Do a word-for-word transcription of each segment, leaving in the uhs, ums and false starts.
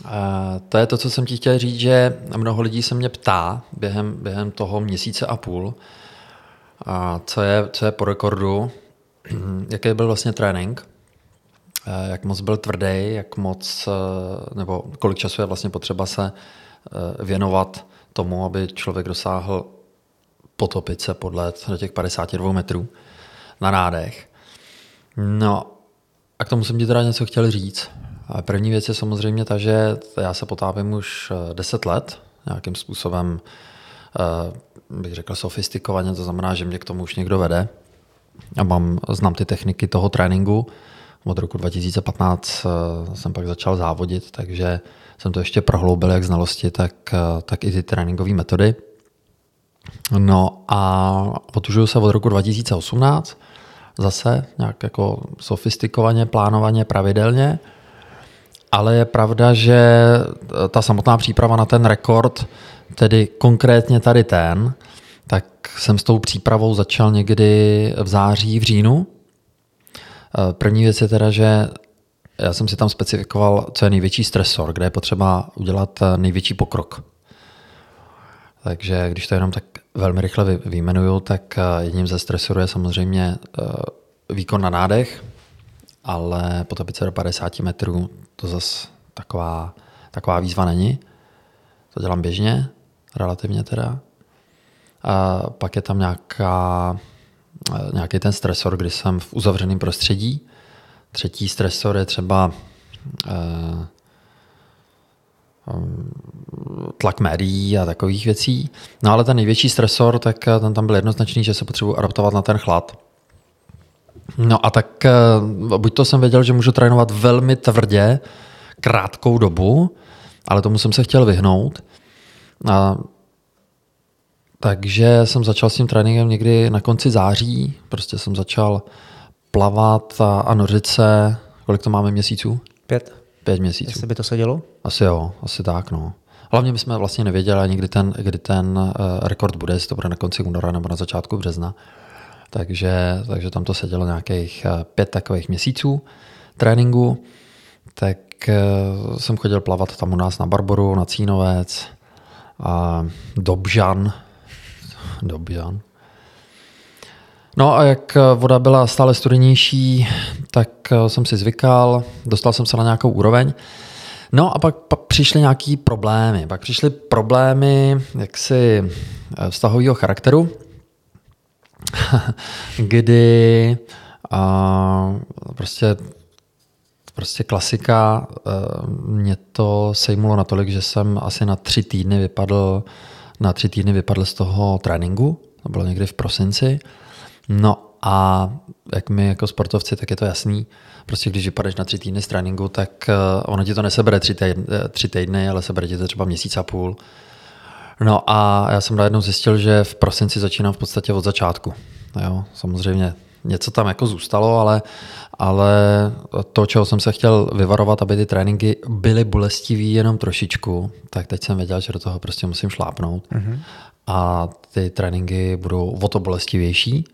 To je to, co jsem ti chtěl říct, že mnoho lidí se mě ptá během, během toho měsíce a půl, a co je, co je po rekordu, jaký byl vlastně trénink, jak moc byl tvrdý, jak moc, nebo kolik času je vlastně potřeba se věnovat tomu, aby člověk dosáhl potopit se podlet do těch padesát dva metrů na nádech. No a k tomu jsem ti teda něco chtěl říct. První věc je samozřejmě ta, že já se potápím už deset let, nějakým způsobem bych řekl sofistikovaně, to znamená, že mě k tomu už někdo vede. A mám, znám ty techniky toho tréninku. Od roku dva tisíce patnáct jsem pak začal závodit, takže jsem to ještě prohloubil jak znalosti, tak, tak i ty tréninkové metody. No a otužuju se od roku dva tisíce osmnáct, zase nějak jako sofistikovaně, plánovaně, pravidelně, ale je pravda, že ta samotná příprava na ten rekord, tedy konkrétně tady ten, tak jsem s tou přípravou začal někdy v září, v říjnu. První věc je teda, že já jsem si tam specifikoval, co je největší stresor, kde je potřeba udělat největší pokrok. Takže když to jenom tak velmi rychle vyjmenuju, tak jedním ze stresorů je samozřejmě výkon na nádech, ale potopit se do padesát metrů, to zase taková, taková výzva není. To dělám běžně, relativně teda. A pak je tam nějaká, nějaký ten stresor, kdy jsem v uzavřeném prostředí. Třetí stresor je třeba eh, tlak médií a takových věcí. No ale ten největší stresor, tak ten tam byl jednoznačný, že se potřebuji adaptovat na ten chlad. No a tak buď to jsem věděl, že můžu trénovat velmi tvrdě, krátkou dobu, ale tomu jsem se chtěl vyhnout. A takže jsem začal s tím tréninkem někdy na konci září. Prostě jsem začal plavat a, a nořit se. Kolik to máme měsíců? Pět. Pět měsíců. Jestli by to sedělo? Asi jo, asi tak, no. Hlavně my jsme vlastně nevěděli nikdy ten, kdy ten uh, rekord bude, jestli to bude na konci února nebo na začátku března. Takže, takže tam to sedělo nějakých uh, pět takových měsíců tréninku. Tak uh, jsem chodil plavat tam u nás na Barboru, na Cínovec, a Dobžan. Dobžan. No a jak voda byla stále studenější, tak jsem si zvykal, dostal jsem se na nějakou úroveň. No a pak, pak přišly nějaký problémy. Pak přišly problémy jaksi vztahového charakteru, kdy a, prostě, prostě klasika, mě to sejmulo natolik, že jsem asi na tři týdny vypadl, na tři týdny vypadl z toho tréninku. To bylo někdy v prosinci. No a jak my jako sportovci, tak je to jasný. Prostě když vypadeš na tři týdny z tréninku, tak ono ti to nesebere tři týdny, tři týdny, ale sebere ti to třeba měsíc a půl. No a já jsem najednou zjistil, že v prosinci začínám v podstatě od začátku. Jo, samozřejmě něco tam jako zůstalo, ale, ale to, čeho jsem se chtěl vyvarovat, aby ty tréninky byly bolestivý jenom trošičku, tak teď jsem věděl, že do toho prostě musím šlápnout. Mm-hmm. A ty tréninky budou o to bolestivější,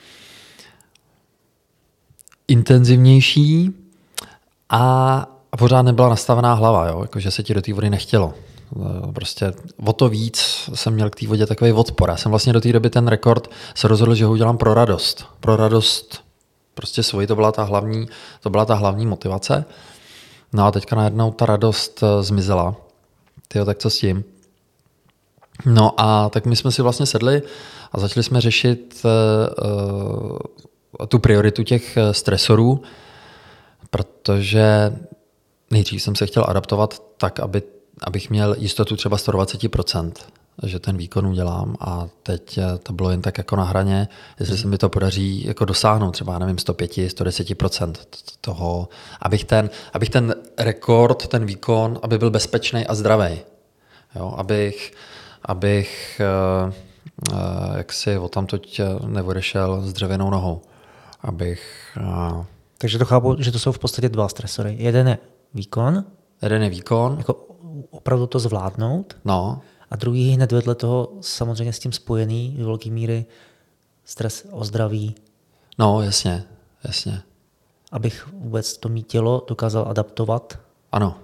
intenzivnější a pořád nebyla nastavená hlava, jo? Jako, že se ti do té vody nechtělo. Prostě o to víc jsem měl k té vodě takový odpor. Já jsem vlastně do té doby ten rekord se rozhodl, že ho udělám pro radost. Pro radost prostě svoji, to byla ta hlavní, to byla ta hlavní motivace. No a teďka najednou ta radost zmizela. Tyjo, tak co s tím? No a tak my jsme si vlastně sedli a začali jsme řešit uh, tu prioritu těch stresorů, protože nejdřív jsem se chtěl adaptovat tak, aby, abych měl jistotu třeba sto dvacet procent, že ten výkon udělám, a teď to bylo jen tak jako na hraně, jestli se mi to podaří jako dosáhnout třeba, nevím, sto pět, sto deset procent toho, abych ten, abych ten rekord, ten výkon, aby byl bezpečný a zdravý. Jo, abych abych uh, uh, jaksi odtamtud neodešel s dřevěnou nohou. Abych... Uh, Takže to chápu, že to jsou v podstatě dva stresory. Jeden je výkon. Jeden je výkon. Jako opravdu to zvládnout. No. A druhý hned vedle toho samozřejmě s tím spojený do velké míry stres o zdraví. No, jasně, jasně. Abych vůbec to mý tělo dokázal adaptovat. Ano.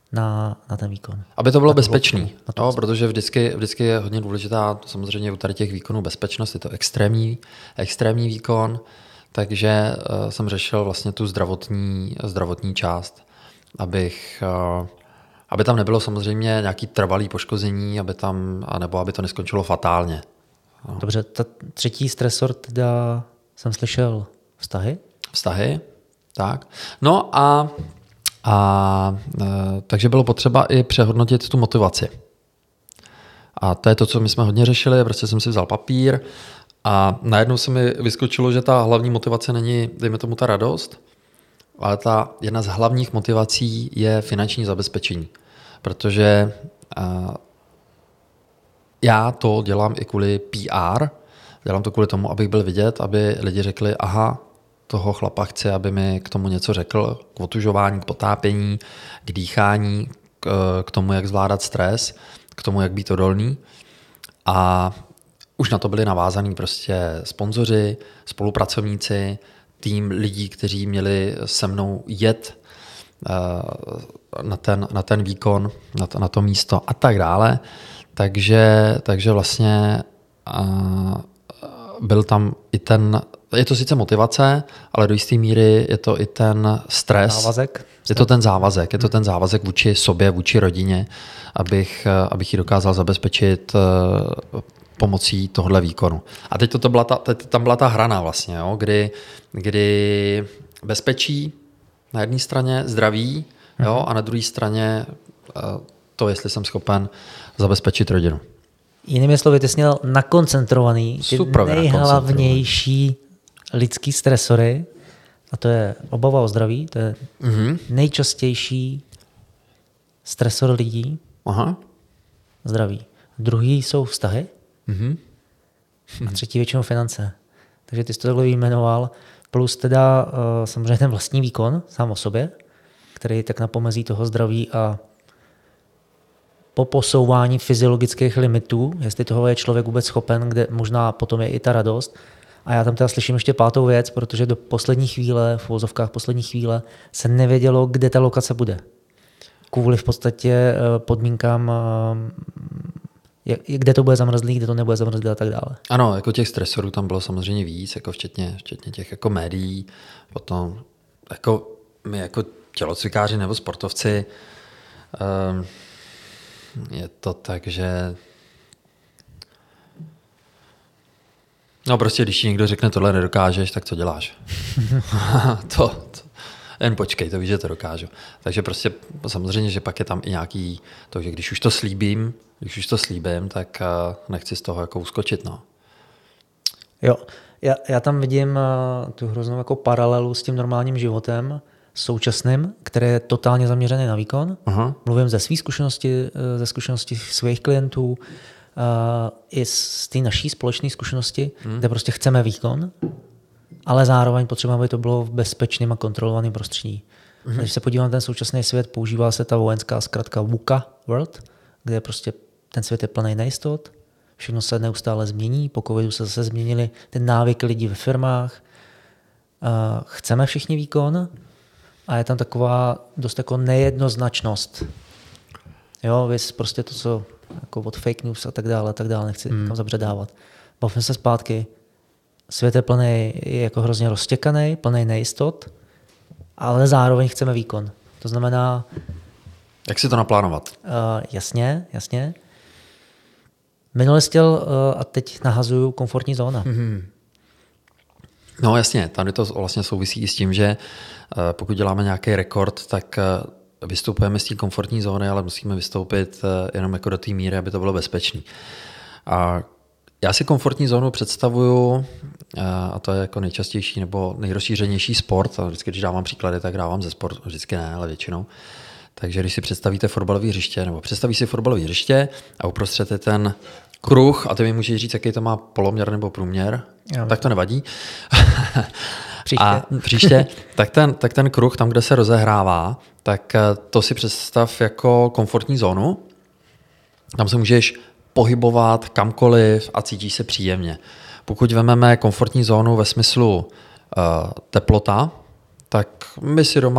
na, na ten výkon. Aby to bylo na bezpečný, to no, protože vždycky, vždycky je hodně důležitá samozřejmě u tady těch výkonů bezpečnost, je to extrémní, extrémní výkon, takže uh, jsem řešil vlastně tu zdravotní, zdravotní část, abych, uh, aby tam nebylo samozřejmě nějaký trvalý poškození, aby tam, nebo aby to neskončilo fatálně. No. Dobře, ta třetí stresor teda jsem slyšel vztahy? Vztahy, tak. No a, a e, takže bylo potřeba i přehodnotit tu motivaci. A to je to, co my jsme hodně řešili, prostě jsem si vzal papír a najednou se mi vyskočilo, že ta hlavní motivace není, dejme tomu, ta radost, ale ta jedna z hlavních motivací je finanční zabezpečení. Protože e, já to dělám i kvůli P R, dělám to kvůli tomu, abych byl vidět, aby lidi řekli, aha, toho chlapa chci, aby mi k tomu něco řekl, k otužování, k potápění, k dýchání, k, k tomu, jak zvládat stres, k tomu, jak být odolný. A už na to byli navázaní prostě sponzoři, spolupracovníci, tým lidí, kteří měli se mnou jet na ten, na ten výkon, na to, na to místo a tak dále. Takže, takže vlastně byl tam i ten, je to sice motivace, ale do jisté míry je to i ten stres. Závazek? Je to ten závazek, je to ten závazek vůči sobě, vůči rodině, abych, abych ji dokázal zabezpečit pomocí tohle výkonu. A teď, to byla ta, teď tam byla ta hrana vlastně, jo, kdy, kdy bezpečí na jedné straně, zdraví, jo, a na druhé straně to, jestli jsem schopen zabezpečit rodinu. Jinými slovy, ty jsi měl nakoncentrovaný ty Super, nejhlavnější lidský stresory, a to je obava o zdraví, to je mm-hmm. nejčastější stresor lidí. Aha. Zdraví. Druhý jsou vztahy mm-hmm. a třetí většinou finance. Takže ty jsi to takhle vyjmenoval, plus teda uh, samozřejmě ten vlastní výkon sám o sobě, který tak na pomezí toho zdraví a po posouvání fyziologických limitů, jestli toho je člověk vůbec schopen, kde možná potom je i ta radost. A já tam teda slyším ještě pátou věc, protože do poslední chvíle, v uvozovkách poslední chvíle, se nevědělo, kde ta lokace bude. Kvůli v podstatě podmínkám, kde to bude zamrzlý, kde to nebude zamrzlý a tak dále. Ano, jako těch stresorů tam bylo samozřejmě víc, jako včetně, včetně těch jako médií, potom jako my jako tělocvikáři nebo sportovci, um, je to tak, že no prostě, když ti někdo řekne, tohle nedokážeš, tak co děláš? to, to, jen počkej, to víš, že to dokážu. Takže prostě samozřejmě, že pak je tam i nějaký to, že když už to slíbím, když už to slíbím, tak uh, nechci z toho jako uskočit, no. Jo, já, já tam vidím uh, tu hroznou jako paralelu s tím normálním životem, současným, který je totálně zaměřený na výkon. Aha. Mluvím ze své zkušenosti, ze zkušenosti svých klientů, uh, i z té naší společné zkušenosti, hmm. kde prostě chceme výkon, ale zároveň potřebujeme, aby to bylo v bezpečném a kontrolovaném prostředí. Hmm. Když se podívám na ten současný svět, používá se ta vojenská zkratka VUCA World, kde prostě ten svět je plný nejistot, všechno se neustále změní, po covidu se zase změnily ty návyky lidí ve firmách. Uh, chceme všichni výkon, a je tam taková dost jako nejednoznačnost. Jo, víš, prostě to, co jako od fake news a tak dále, tak dále, nechci mm. tam zabředávat. Bavíme se zpátky. Svět je plný, je jako hrozně roztěkaný, plný nejistot, ale zároveň chceme výkon. To znamená... Jak si to naplánovat? Uh, jasně, jasně. Minule jsi chtěl, uh, a teď nahazuju, komfortní zóna. Mm-hmm. No jasně, tady to vlastně souvisí s tím, že pokud děláme nějaký rekord, tak vystupujeme z té komfortní zóny, ale musíme vystoupit jenom jako do té míry, aby to bylo bezpečné. A já si komfortní zónu představuju, a to je jako nejčastější nebo nejrozšířenější sport, a vždycky, když dávám příklady, tak dávám ze sport, vždycky ne, ale většinou. Takže když si představíte fotbalové hřiště, nebo představíš si fotbalové hřiště a uprostřed je ten kruh, a ty mi můžeš říct, jaký to má poloměr nebo průměr, já tak to nevadí. Příště. A příště, tak ten, tak ten kruh, tam, kde se rozehrává, tak to si představ jako komfortní zónu. Tam se můžeš pohybovat kamkoliv a cítíš se příjemně. Pokud vezmeme komfortní zónu ve smyslu uh, teplota, tak my si doma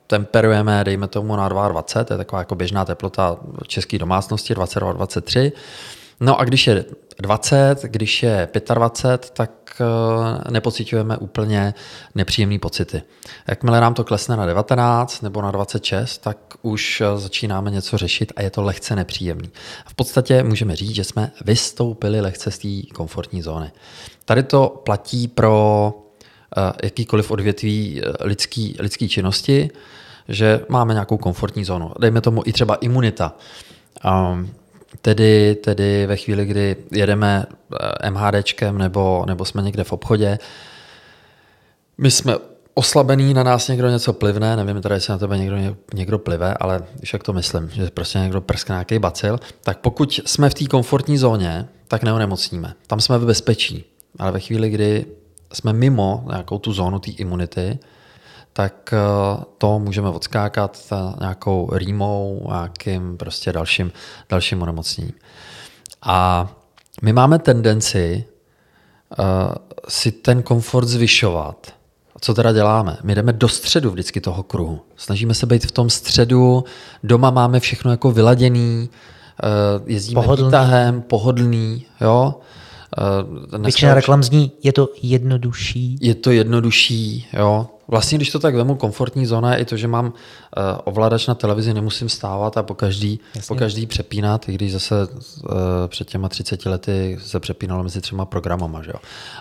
temperujeme, dejme tomu na dvacet dva, to je taková jako běžná teplota české domácnosti, dvacet dva dvacet tři. No a když je dvacet, když je dvacet pět, tak nepociťujeme úplně nepříjemné pocity. Jakmile nám to klesne na devatenáct nebo na dvacet šest, tak už začínáme něco řešit a je to lehce nepříjemný. V podstatě můžeme říct, že jsme vystoupili lehce z té komfortní zóny. Tady to platí pro jakýkoliv odvětví lidský, lidský činnosti, že máme nějakou komfortní zónu. Dejme tomu i třeba imunita. Um, Tedy, tedy ve chvíli, kdy jedeme MHDčkem nebo, nebo jsme někde v obchodě, my jsme oslabení, na nás někdo něco plivne, nevím tady, jestli na tebe někdo, někdo plive, ale když jak to myslím, že prostě někdo prskne nějaký bacil, tak pokud jsme v té komfortní zóně, tak neonemocníme. Tam jsme v bezpečí. Ale ve chvíli, kdy jsme mimo nějakou tu zónu té imunity, tak to můžeme odskákat nějakou rýmou, nějakým prostě dalším, dalším onemocněním. A my máme tendenci uh, si ten komfort zvyšovat. A co teda děláme? My jdeme do středu vždycky toho kruhu. Snažíme se být v tom středu, doma máme všechno jako vyladěný, uh, jezdíme pohodlný. výtahem, pohodlný, jo. Uh, Většina reklam zní, je to jednodušší. Je to jednodušší, jo. Vlastně, když to tak vemu, komfortní zóna je i to, že mám uh, ovladač na televizi, nemusím stávat a po každý, po každý přepínat, i když zase uh, před těma třiceti lety se přepínalo mezi třema programama, že jo.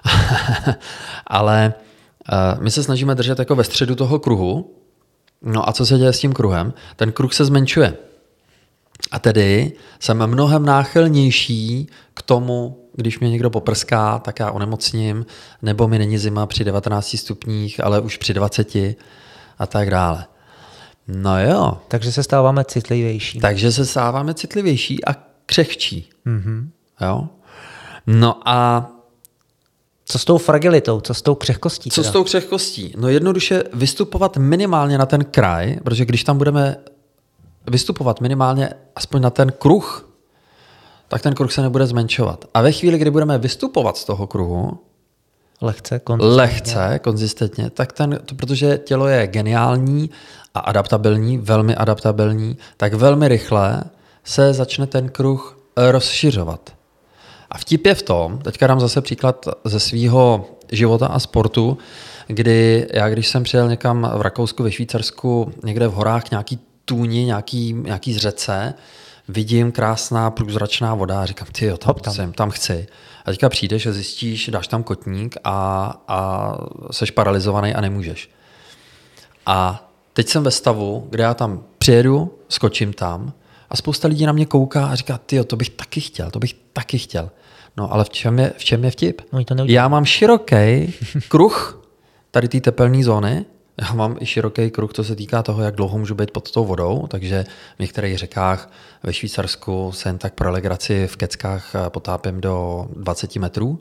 Ale uh, my se snažíme držet jako ve středu toho kruhu. No a co se děje s tím kruhem? Ten kruh se zmenšuje. A tedy jsem mnohem náchylnější k tomu, když mě někdo poprská, tak já onemocním, nebo mi není zima při devatenácti stupních, ale už při dvaceti a tak dále. No jo. Takže se stáváme citlivější. Takže se stáváme citlivější a křehčí. Mm-hmm. Jo. No a co s tou fragilitou, co s tou křehkostí? Co teda? s tou křehkostí? No jednoduše vystupovat minimálně na ten kraj, protože když tam budeme vystupovat minimálně aspoň na ten kruh, tak ten kruh se nebude zmenšovat. A ve chvíli, kdy budeme vystupovat z toho kruhu, lehce, konzistentně, lehce, konzistentně, tak ten, to, protože tělo je geniální a adaptabilní, velmi adaptabilní, tak velmi rychle se začne ten kruh rozšiřovat. A vtip je v tom, teďka dám zase příklad ze svého života a sportu, kdy já, když jsem přijel někam v Rakousku, ve Švýcarsku, někde v horách, nějaký tůni, nějaký, nějaký zřece, vidím krásná průzračná voda a říkám, tyjo, tam, tam. Jsem, tam chci. A teďka přijdeš a zjistíš, dáš tam kotník a, a seš paralizovaný a nemůžeš. A teď jsem ve stavu, kde já tam přijedu, skočím tam a spousta lidí na mě kouká a říká, tyjo, to bych taky chtěl, to bych taky chtěl. No ale v čem je, v čem je vtip? No, to já mám široký kruh tady té tepelné zóny. Já mám i široký kruh, co se týká toho, jak dlouho můžu být pod tou vodou, takže v některých řekách ve Švýcarsku se jen tak pro legraci v keckách potápím do dvacet metrů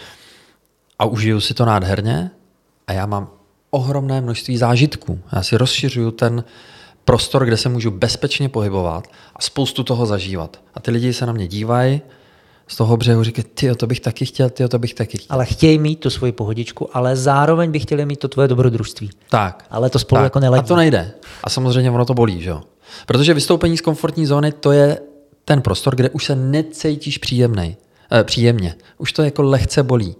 a užiju si to nádherně a já mám ohromné množství zážitků. Já si rozšiřuju ten prostor, kde se můžu bezpečně pohybovat a spoustu toho zažívat. A ty lidi se na mě dívají z toho břehu, říkají, tyjo, to bych taky chtěl, tyjo, to bych taky chtěl. Ale chtějí mít tu svoji pohodičku, ale zároveň by chtěli mít to tvoje dobrodružství. Tak. Ale to spolu tak. jako neladí. A to nejde. A samozřejmě ono to bolí, že jo. Protože vystoupení z komfortní zóny, to je ten prostor, kde už se necítíš příjemnej, eh, příjemně. Už to jako lehce bolí.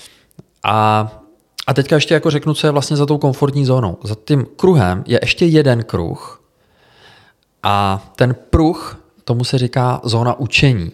A, a teďka ještě jako řeknu, co je vlastně za tou komfortní zónou. Za tím kruhem je ještě jeden kruh a ten pruh, tomu se říká zóna učení.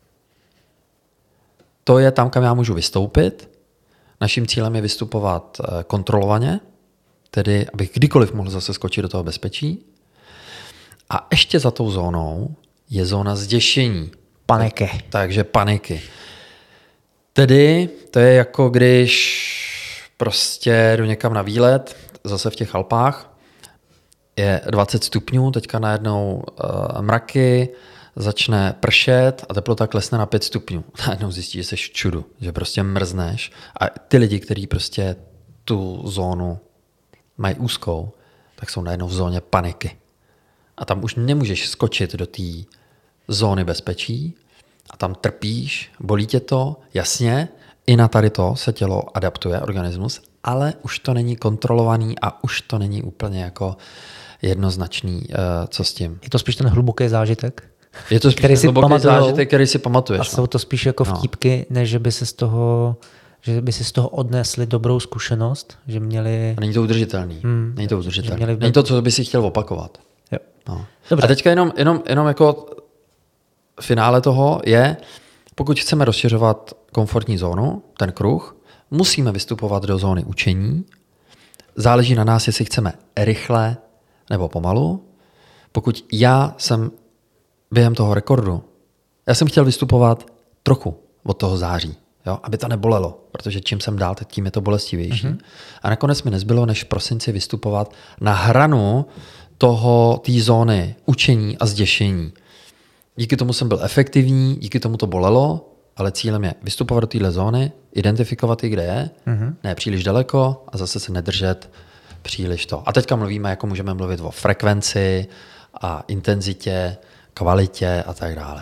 To je tam, kam já můžu vystoupit. Naším cílem je vystupovat kontrolovaně, tedy abych kdykoliv mohl zase skočit do toho bezpečí. A ještě za tou zónou je zóna zděšení. Paniky. Takže paniky. Tedy to je jako když prostě jdu někam na výlet, zase v těch Alpách, je dvacet stupňů, teďka najednou uh, mraky, začne pršet a teplota klesne na pět stupňů. Najednou zjistíš, že jsi v čudu, že prostě mrzneš. A ty lidi, kteří prostě tu zónu mají úzkou, tak jsou najednou v zóně paniky. A tam už nemůžeš skočit do té zóny bezpečí a tam trpíš, bolí tě to, jasně, i na tady to se tělo adaptuje, organismus, ale už to není kontrolovaný a už to není úplně jako, jednoznačný, uh, co s tím. Je to spíš ten hluboký zážitek? Je to spíš který ten si hluboký pamatujou, zážitek, který si pamatuješ. A jsou to spíš jako vtípky, než že by se z toho, že by si z toho odnesli dobrou zkušenost, že měli... A není to udržitelný. Hmm. Není to udržitelný. Měli... Není to, co by si chtěl opakovat. Jo. No. A teďka jenom, jenom, jenom jako finále toho je, pokud chceme rozšiřovat komfortní zónu, ten kruh, musíme vystupovat do zóny učení. Záleží na nás, jestli chceme rychle nebo pomalu. Pokud já jsem během toho rekordu, já jsem chtěl vystupovat trochu od toho září, jo, aby to nebolelo, protože čím jsem dál, tak tím je to bolestivější. Mm-hmm. A nakonec mi nezbylo, než v prosinci vystupovat na hranu toho, té zóny učení a zděšení. Díky tomu jsem byl efektivní, díky tomu to bolelo, ale cílem je vystupovat do téhle zóny, identifikovat ji, kde je, mm-hmm. ne příliš daleko a zase se nedržet příliš to. A teďka mluvíme, jako můžeme mluvit o frekvenci a intenzitě, kvalitě a tak dále.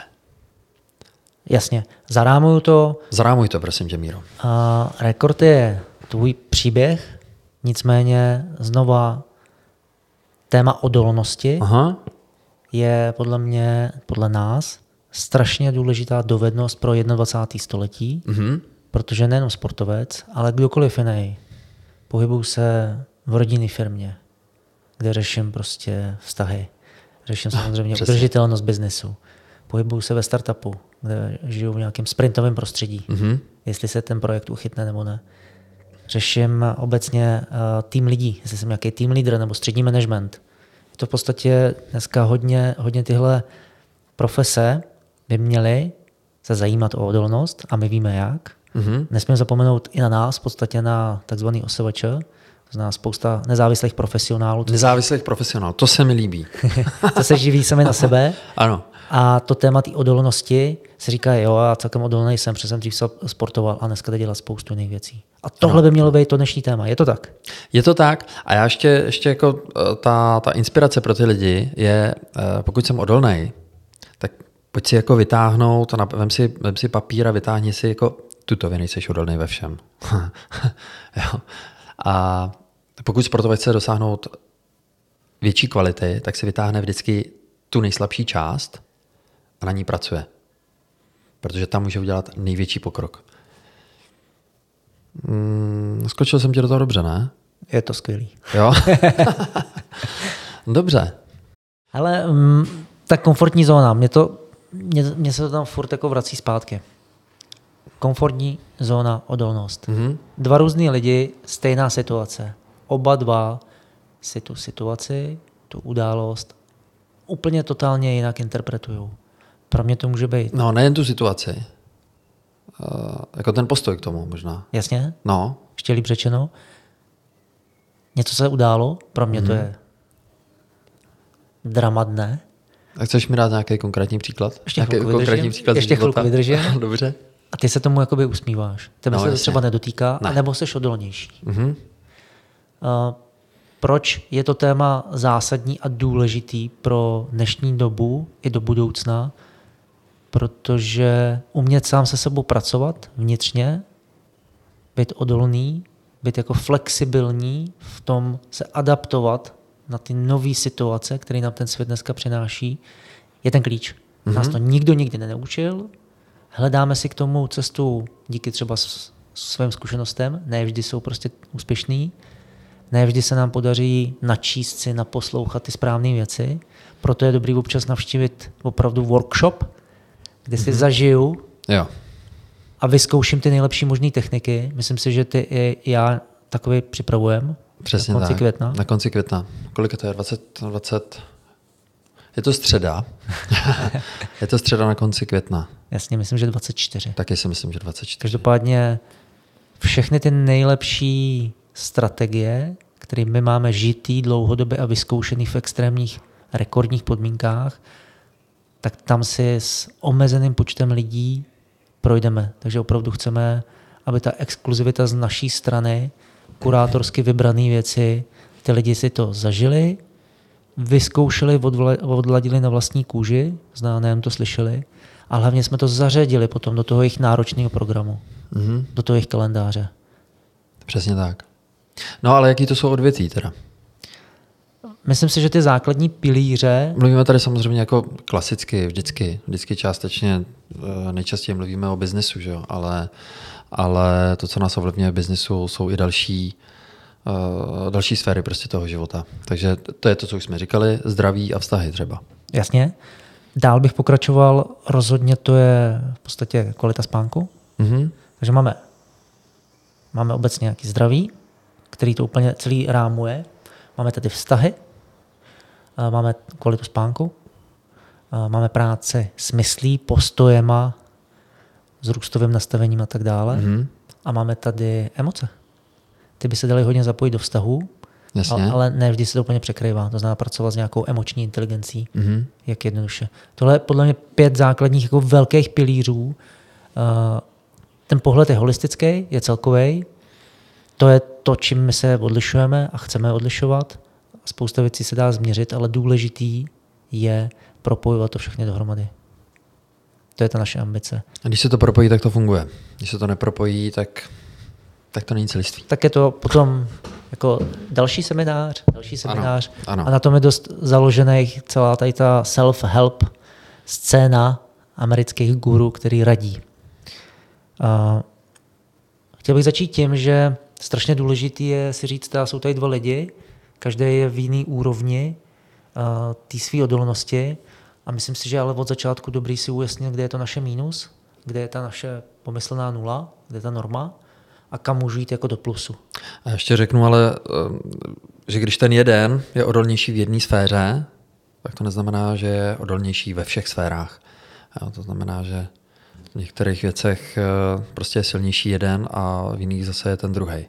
Jasně. Zarámuju to. Zarámuj to, prosím tě, Míro. A rekord je tvůj příběh, nicméně znova téma odolnosti Aha. je podle mě, podle nás, strašně důležitá dovednost pro dvacátého prvního století, mm-hmm. protože nejenom sportovec, ale kdokoliv jiný. Pohybuju se v rodinné firmě, kde řeším prostě vztahy. Řeším samozřejmě Přesně. udržitelnost biznesu. Pohybuju se ve startupu, kde žiju v nějakém sprintovém prostředí, mm-hmm. jestli se ten projekt uchytne nebo ne. Řeším obecně uh, tým lidí, jestli jsem nějaký tým lídr nebo střední management. Je to v podstatě dneska hodně, hodně tyhle profese by měly se zajímat o odolnost a my víme jak. Mm-hmm. Nesmíme zapomenout i na nás, v podstatě na takzvaný O S V Č, to znamená spousta nezávislých profesionálů. Nezávislých se... profesionálů, to se mi líbí. To se živí sami na sebe. Ano. A to téma té odolnosti se říká, jo, já celkem odolný jsem, protože jsem dřív sportoval a dneska dělá spoustu jiných věcí. A tohle ano. by mělo být to dnešní téma. Je to tak? Je to tak. A já ještě, ještě jako ta, ta inspirace pro ty lidi je, pokud jsem odolný, tak pojď si jako vytáhnout, a vem si, vem si papír a vytáhni si jako tutově, nejseš odolný ve všem. Jo. A pokud sportovec chce dosáhnout větší kvality, tak si vytáhne vždycky tu nejslabší část a na ní pracuje. Protože tam může udělat největší pokrok. Hmm, skočil jsem tě do toho dobře, ne? Je to skvělý. Jo? Dobře. Ale um, ta komfortní zóna, mě, to, mě, mě se to tam furt jako vrací zpátky. Komfortní zóna, odolnost. Mm-hmm. Dva různý lidi, stejná situace. Oba dva si tu situaci, tu událost úplně totálně jinak interpretují. Pro mě to může být. No, nejen tu situaci. Uh, jako ten postoj k tomu možná. Jasně? No. Ještě líp řečeno. Něco se událo, pro mě mm-hmm. to je drama dne. A chceš mi dát nějaký konkrétní příklad? Ještě nějaký chvilku konkrétní vydržím. Příklad Ještě chvilku vydržím. Dobře. A ty se tomu jakoby usmíváš. Tebe no, se to třeba nedotýká, ne. nebo jsi odolnější. Mm-hmm. Uh, proč je to téma zásadní a důležitý pro dnešní dobu i do budoucna? Protože umět sám se sebou pracovat vnitřně, být odolný, být jako flexibilní, v tom se adaptovat na ty nové situace, které nám ten svět dneska přináší, je ten klíč. Mm-hmm. Nás to nikdo nikdy nenaučil. Hledáme si k tomu cestu díky třeba svým zkušenostem. Ne vždy jsou prostě úspěšný. Ne vždy se nám podaří načíst si, naposlouchat ty správné věci. Proto je dobrý občas navštívit opravdu workshop, kde si mm-hmm. zažiju jo. a vyzkouším ty nejlepší možné techniky. Myslím si, že ty i já takový připravujeme. Přesně na konci tak. května. Na konci května. Kolik to je? dvacet, dvacet Je to středa. Je to středa na konci května. Jasně, myslím, že dvacet čtyři. Taky si myslím, že dvacet čtyři. Každopádně všechny ty nejlepší strategie, které my máme žitý dlouhodobě a vyzkoušený v extrémních rekordních podmínkách, tak tam si s omezeným počtem lidí projdeme. Takže opravdu chceme, aby ta exkluzivita z naší strany, kurátorsky vybrané věci, ty lidi si to zažili, vyzkoušeli, odladili na vlastní kůži, zná, nejen to slyšeli, a hlavně jsme to zařadili potom do toho jejich náročného programu, mm-hmm. do toho jejich kalendáře. Přesně tak. No ale jaký to jsou odvětví teda? myslím si, že ty základní pilíře... Mluvíme tady samozřejmě jako klasicky, vždycky, vždycky částečně, nejčastěji mluvíme o biznesu, že jo? Ale, ale to, co nás ovlivňuje v biznesu, jsou i další, uh, další sféry prostě toho života. Takže to je to, co už jsme říkali, zdraví a vztahy třeba. Jasně. Dál bych pokračoval, rozhodně to je v podstatě kvalita spánku. Mm-hmm. Takže máme, máme obecně nějaký zdraví, který to úplně celý rámuje. Máme tady vztahy, máme kvalitu spánku, máme práci s myslí, postojema, s růstovým nastavením a tak dále. Mm-hmm. A máme tady emoce. Ty by se daly hodně zapojit do vztahu, ale, ale ne vždy se to úplně překrývá. To znamená pracovat s nějakou emoční inteligencí, mm-hmm. jak jednoduše. Tohle je podle mě pět základních jako velkých pilířů. Ten pohled je holistický, je celkový. To je to, čím my se odlišujeme a chceme odlišovat. Spousta věcí se dá změřit, ale důležitý je propojovat to všechny dohromady. To je ta naše ambice. A když se to propojí, tak to funguje. Když se to nepropojí, tak, tak to není celiství. Tak je to potom jako další seminář, další seminář. Ano, ano. A na tom je dost založený celá tady ta self-help scéna amerických guru, který radí. A chtěl bych začít tím, že strašně důležitý je si říct, že jsou tady dva lidi, každý je v jiný úrovni uh, té své odolnosti a myslím si, že ale od začátku dobrý si ujasnit, kde je to naše mínus, kde je ta naše pomyslná nula, kde je ta norma a kam můžu jít jako do plusu. A ještě řeknu ale, že když ten jeden je odolnější v jedné sféře, tak to neznamená, že je odolnější ve všech sférách. Jo, to znamená, že v některých věcech prostě je silnější jeden a v jiných zase je ten druhý.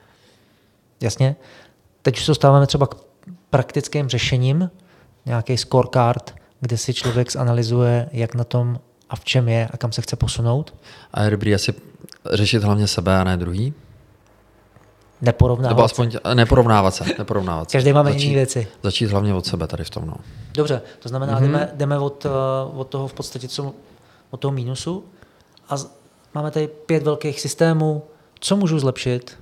Jasně. Teď už se dostáváme třeba k praktickým řešením, nějaký scorecard, kde si člověk zanalyzuje, jak na tom a v čem je a kam se chce posunout. A je dobrý asi řešit hlavně sebe a ne druhý? Neporovnávat Nebo aspoň tě, neporovnávat se. Neporovnávat Každý se. máme začít, jiné věci. Začít hlavně od sebe tady v tom. No. Dobře, to znamená, mm-hmm. jdeme, jdeme od, od toho v podstatě, co, od toho mínusu a z, máme tady pět velkých systémů, co můžu zlepšit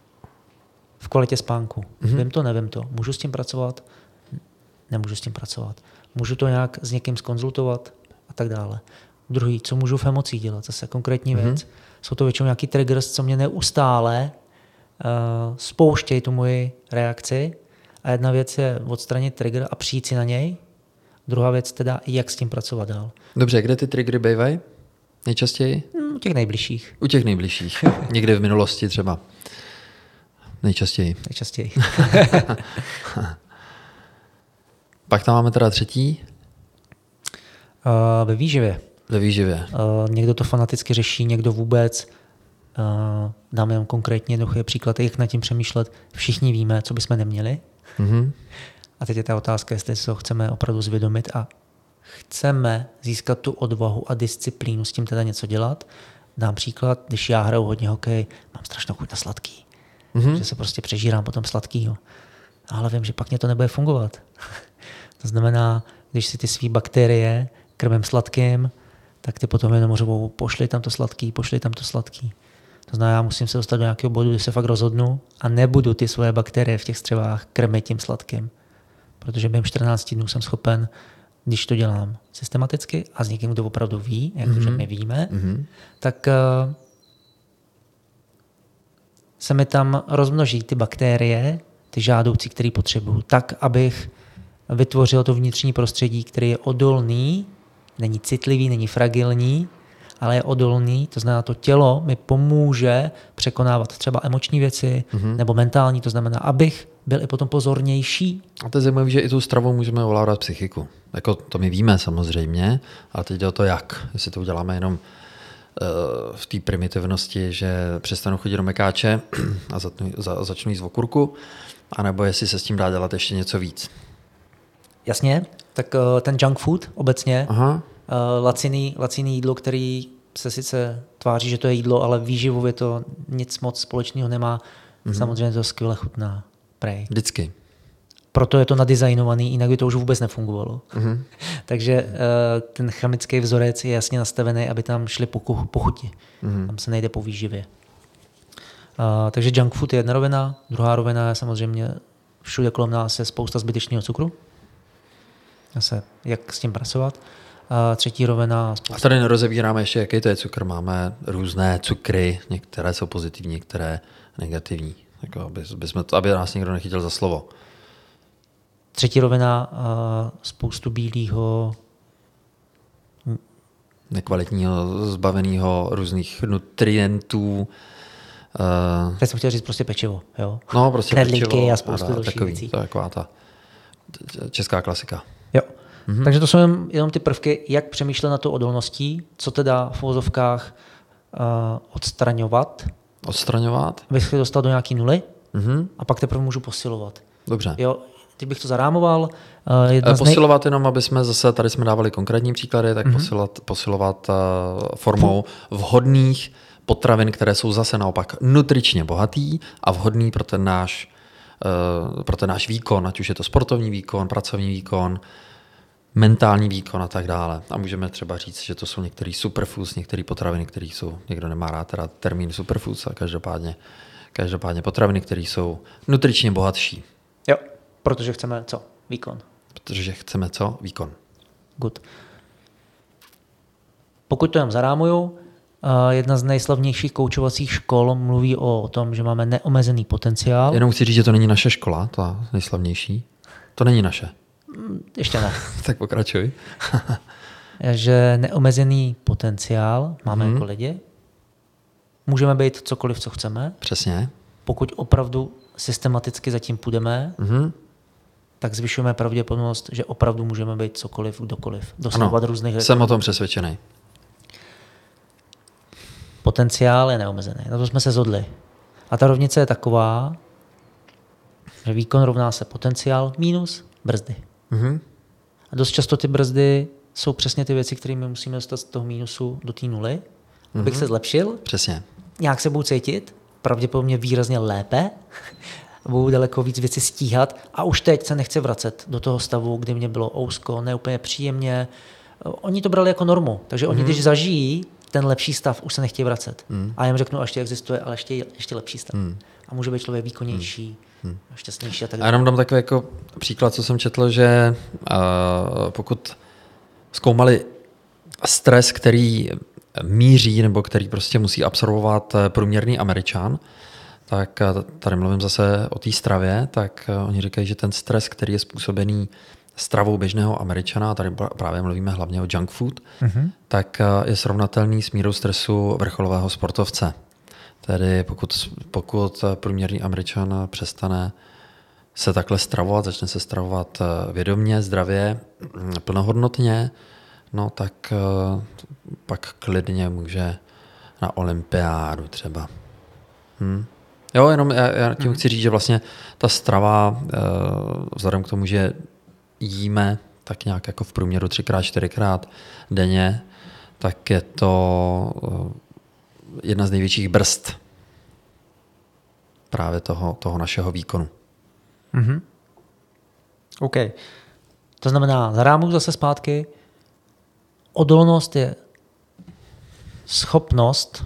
v kvalitě spánku. Mm-hmm. Vím to, nevím to. Můžu s tím pracovat? Nemůžu s tím pracovat. Můžu to nějak s někým zkonzultovat a tak dále. Druhý, co můžu v emocích dělat? Zase konkrétní mm-hmm. věc. Jsou to většinou nějaký triggers, co mě neustále uh, spouštějí tu moji reakci. A jedna věc je odstranit trigger a přijít si na něj. Druhá věc teda, jak s tím pracovat dál. Dobře, kde ty triggery bývají nejčastěji? U těch nejbližších. U těch nejbližších. Někde v minulosti třeba. Nejčastěji. Nejčastěji. Pak tam máme teda třetí. Uh, ve výživě. Ve výživě. Uh, někdo to fanaticky řeší, někdo vůbec. Uh, dáme jen konkrétně jednoduchý příklad, jak nad tím přemýšlet. Všichni víme, co bychom neměli. Mm-hmm. A teď je ta otázka, jestli se ho chceme opravdu zvědomit a chceme získat tu odvahu a disciplínu s tím teda něco dělat. Dám příklad, když já hraju hodně hokej, mám strašnou chuť na sladký. Mm-hmm. Že se prostě přežírám potom sladkýho. Ale vím, že pak mě to nebude fungovat. To znamená, když si ty svý bakterie krmím sladkým, tak ty potom jenom řvou, pošli tam to sladký, pošli tam to sladký. To znamená, já musím se dostat do nějakého bodu, kdy se fakt rozhodnu a nebudu ty svoje bakterie v těch střevách krmit tím sladkým. Protože během čtrnácti dnů jsem schopen, když to dělám systematicky a s někým, kdo opravdu ví, jak mm-hmm. to, že my víme, mm-hmm. tak uh, se mi tam rozmnoží ty bakterie, ty žádoucí, které potřebuju, tak, abych vytvořil to vnitřní prostředí, který je odolný, není citlivý, není fragilní, ale je odolný, to znamená, to tělo mi pomůže překonávat třeba emoční věci mm-hmm. nebo mentální, to znamená, abych byl i potom pozornější. A to je zajímavé, že i tu stravou můžeme ovládat psychiku. Jako to my víme samozřejmě, ale teď jde o to jak. Jestli to uděláme jenom uh, v té primitivnosti, že přestanu chodit do mekáče a zatnu, za, začnu jíst okurku, anebo jestli se s tím dá dělat ještě něco víc. Jasně, tak uh, ten junk food obecně, Aha. Uh, laciný, laciný jídlo, který se sice tváří, že to je jídlo, ale výživově to nic moc společného nemá. Mm-hmm. Samozřejmě to skvěle chutná. Prej. Vždycky. Proto je to nadizajnovaný, jinak by to už vůbec nefungovalo. Mm-hmm. Takže uh, ten chemický vzorec je jasně nastavený, aby tam šli po, po chuti. Mm-hmm. Tam se nejde po výživě. Uh, takže junk food je jedna rovina, druhá rovina je samozřejmě všude kolem nás je spousta zbytečného cukru. Zase, jak s tím pracovat. A třetí rovina... Spousta... A tady nerozebíráme ještě, jaký to je cukr. Máme různé cukry, některé jsou pozitivní, některé negativní. Tak, aby, aby, jsme to, aby nás někdo nechytil za slovo. Třetí rovina, spoustu bílého... Nekvalitního, zbaveného různých nutrientů. Uh... Teď jsem chtěl říct prostě pečivo. Jo? No, prostě Knedlíky pečivo. A spoustu dalších takový, věcí. To je taková ta česká klasika. Jo. Mm-hmm. Takže to jsou jenom, jenom ty prvky, jak přemýšlet na tu odolností, co teda v uvozovkách uh, odstraňovat. Odstraňovat? Abych se dostal do nějaký nuly mm-hmm. a pak teprve můžu posilovat. Dobře. Jo, teď bych to zarámoval. Uh, posilovat nej... jenom, aby jsme zase, tady jsme dávali konkrétní příklady, tak mm-hmm. posilovat, posilovat uh, formou vhodných potravin, které jsou zase naopak nutričně bohatý a vhodný pro ten náš, uh, pro ten náš výkon, ať už je to sportovní výkon, pracovní výkon, mentální výkon a tak dále. A můžeme třeba říct, že to jsou některé superfoods, některé potraviny, které jsou, někdo nemá rád teda termín superfoods, a každopádně, každopádně potraviny, které jsou nutričně bohatší. Jo, protože chceme co? Výkon. Protože chceme co? Výkon. Good. Pokud to jen zarámuju, jedna z nejslavnějších koučovacích škol mluví o tom, že máme neomezený potenciál. Jenom chci říct, že to není naše škola, ta nejslavnější. To není naše. Ještě ne. Tak pokračuj. Že neomezený potenciál máme hmm. jako lidi. Můžeme být cokoliv, co chceme. Přesně. Pokud opravdu systematicky zatím půjdeme, hmm. tak zvyšujeme pravděpodobnost, že opravdu můžeme být cokoliv, kdokoliv. Dosahovat různých... Jsem o tom přesvědčený. Potenciál je neomezený. Na to jsme se zhodli. A ta rovnice je taková, že výkon rovná se potenciál minus brzdy. Mm-hmm. A dost často ty brzdy jsou přesně ty věci, které my musíme dostat z toho mínusu do té nuly, mm-hmm. abych se zlepšil. Přesně. Nějak se budu cítit, pravděpodobně výrazně lépe, budu daleko víc věci stíhat a už teď se nechci vracet do toho stavu, kdy mě bylo ousko, neúplně příjemně. Oni to brali jako normu, takže oni, mm-hmm. když zažijí ten lepší stav, už se nechtějí vracet. Mm. A já jim řeknu, a ještě existuje, ale ještě, ještě lepší stav. Mm. A může být člověk výkonnější, mm. šťastnější a tak dále. A jenom dám takový jako příklad, co jsem četl, že uh, pokud zkoumali stres, který míří nebo který prostě musí absorbovat průměrný Američan, tak tady mluvím zase o té stravě, tak oni říkají, že ten stres, který je způsobený stravou běžného Američana, tady právě mluvíme hlavně o junk food, mm-hmm. tak je srovnatelný s mírou stresu vrcholového sportovce. Tedy pokud, pokud průměrný Američan přestane se takhle stravovat, začne se stravovat vědomně, zdravě, plnohodnotně, no tak pak klidně může na olympiádu třeba. Hm? Jo, jenom já, já tím chci říct, že vlastně ta strava, vzhledem k tomu, že jíme tak nějak jako v průměru třikrát, čtyřikrát denně, tak je to jedna z největších brzd právě toho, toho našeho výkonu. Mm-hmm. OK. To znamená, zarámuju zase zpátky, odolnost je schopnost